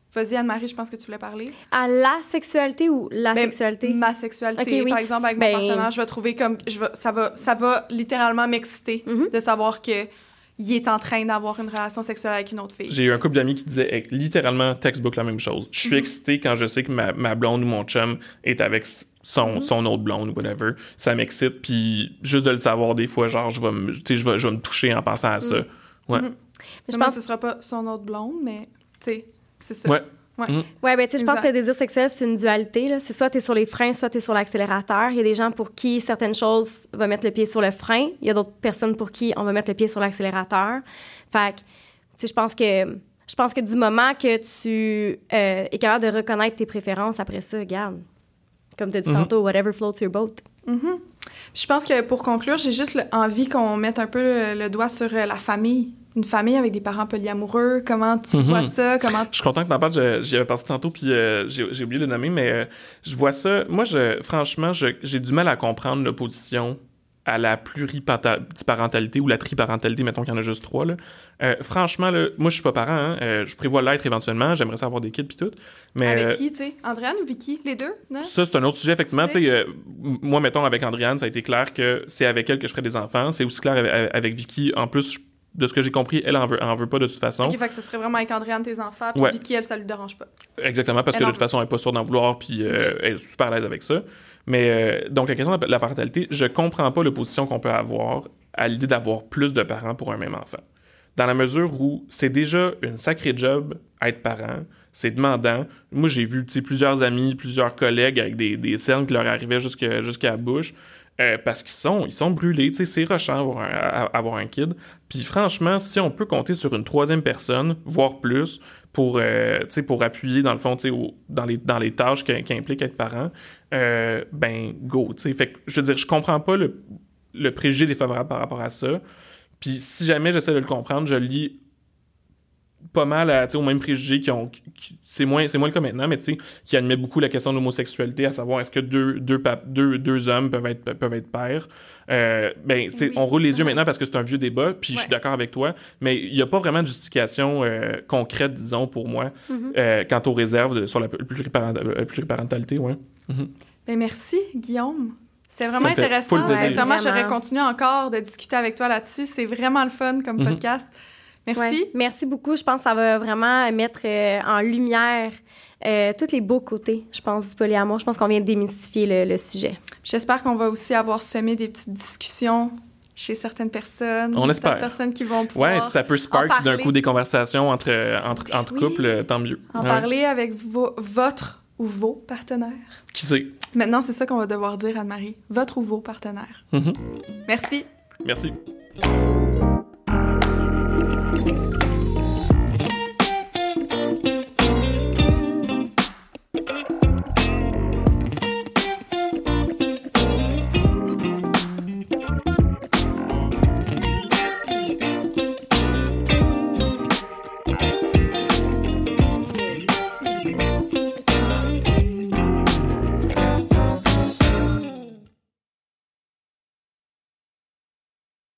Vas-y, Anne-Marie, je pense que tu voulais parler. À la sexualité ou la Ben, sexualité? Ma sexualité. Okay, oui. Par exemple, avec Ben... mon partenaire, je vais trouver comme... Je vais, ça, va, ça va littéralement m'exciter mm-hmm. de savoir que il est en train d'avoir une relation sexuelle avec une autre fille. J'ai eu un couple d'amis qui disaient hey, littéralement textbook la même chose. Je suis mm-hmm. excité quand je sais que ma, ma blonde ou mon chum est avec son, mm-hmm. son autre blonde ou whatever. Ça m'excite. Puis juste de le savoir des fois, genre, je vais me, je vais, je vais me toucher en pensant à ça. Mm-hmm. Ouais. Mm-hmm. Je pense que ce sera pas son autre blonde, mais tu sais, c'est ça. Ouais. Ouais, mm. ouais ben tu sais, je pense que le désir sexuel, c'est une dualité, là. C'est soit t'es sur les freins, soit t'es sur l'accélérateur. Il y a des gens pour qui certaines choses vont mettre le pied sur le frein. Il y a d'autres personnes pour qui on va mettre le pied sur l'accélérateur. Fait que, tu sais, je pense que je pense que du moment que tu euh, es capable de reconnaître tes préférences, après ça, regarde, comme tu as dit mm-hmm. tantôt, whatever floats your boat. Mm-hmm. Je pense que pour conclure, j'ai juste le, envie qu'on mette un peu le, le doigt sur euh, la famille. Une famille avec des parents polyamoureux, comment tu mm-hmm. vois ça? Comment... Je suis content que t'en parles, je, j'y avais pensé tantôt, puis euh, j'ai, j'ai oublié de le nommer, mais euh, je vois ça... Moi, je, franchement, je, j'ai du mal à comprendre l'opposition à la pluriparentalité ou la triparentalité, mettons qu'il y en a juste trois. Là. Euh, franchement, là, moi, je suis pas parent. Hein, euh, je prévois l'être éventuellement. J'aimerais ça avoir des kids puis tout. Mais, avec euh, qui, tu sais? Andréane ou Vicky? Les deux? Non? Ça, c'est un autre sujet, effectivement. Tu sais, euh, moi, mettons, avec Andréane, ça a été clair que c'est avec elle que je ferais des enfants. C'est aussi clair avec, avec Vicky. En plus, je de ce que j'ai compris, elle en veut, en veut pas de toute façon. OK, fait que ce serait vraiment avec Andréane, tes enfants, puis ouais. Vicky, elle, ça lui dérange pas. Exactement, parce elle que de toute façon, elle n'est pas sûre d'en vouloir, puis euh, okay. elle est super à l'aise avec ça. Mais euh, donc, la question de la parentalité, je comprends pas l'opposition qu'on peut avoir à l'idée d'avoir plus de parents pour un même enfant. Dans la mesure où c'est déjà une sacrée job être parent, c'est demandant. Moi, j'ai vu plusieurs amis, plusieurs collègues avec des, des cernes qui leur arrivaient jusqu'à, jusqu'à la bouche. Euh, parce qu'ils sont, ils sont brûlés, tu sais, c'est rushant avoir un, avoir un kid. Puis franchement, si on peut compter sur une troisième personne, voire plus, pour, euh, tu sais, pour appuyer dans le fond, tu sais, au, dans les dans les tâches qui, qui impliquent être parent, euh, ben go, tu sais. Fait que je veux dire, je comprends pas le, le préjugé défavorable par rapport à ça. Puis si jamais j'essaie de le comprendre, je lis pas mal à, au même préjugé qui ont qui, c'est moins c'est moins le cas maintenant, mais tu sais, qui admet beaucoup la question de l'homosexualité, à savoir est-ce que deux deux deux, deux hommes peuvent être peuvent être pères. Euh, ben oui. On roule les yeux maintenant parce que c'est un vieux débat, puis ouais. je suis d'accord avec toi, mais il y a pas vraiment de justification euh, concrète, disons, pour moi, mm-hmm. euh, quant aux réserves de, sur la pluriparentalité, ouais. Mm-hmm. Ben merci Guillaume. C'est vraiment intéressant. Sincèrement, j'aurais continué encore de discuter avec toi là-dessus. C'est vraiment le fun comme mm-hmm. podcast. Merci. Ouais, merci beaucoup. Je pense que ça va vraiment mettre euh, en lumière euh, tous les beaux côtés, je pense, du polyamour. Je pense qu'on vient de démystifier le, le sujet. J'espère qu'on va aussi avoir semé des petites discussions chez certaines personnes. On espère. Certaines personnes qui vont pouvoir ouais, si ça peut spark d'un coup des conversations entre, entre, entre oui. couples, tant mieux. En ouais. parler avec vo- votre ou vos partenaires. Qui sait? Maintenant, c'est ça qu'on va devoir dire, Anne-Marie. Votre ou vos partenaires. Mm-hmm. Merci. Merci. Thank you.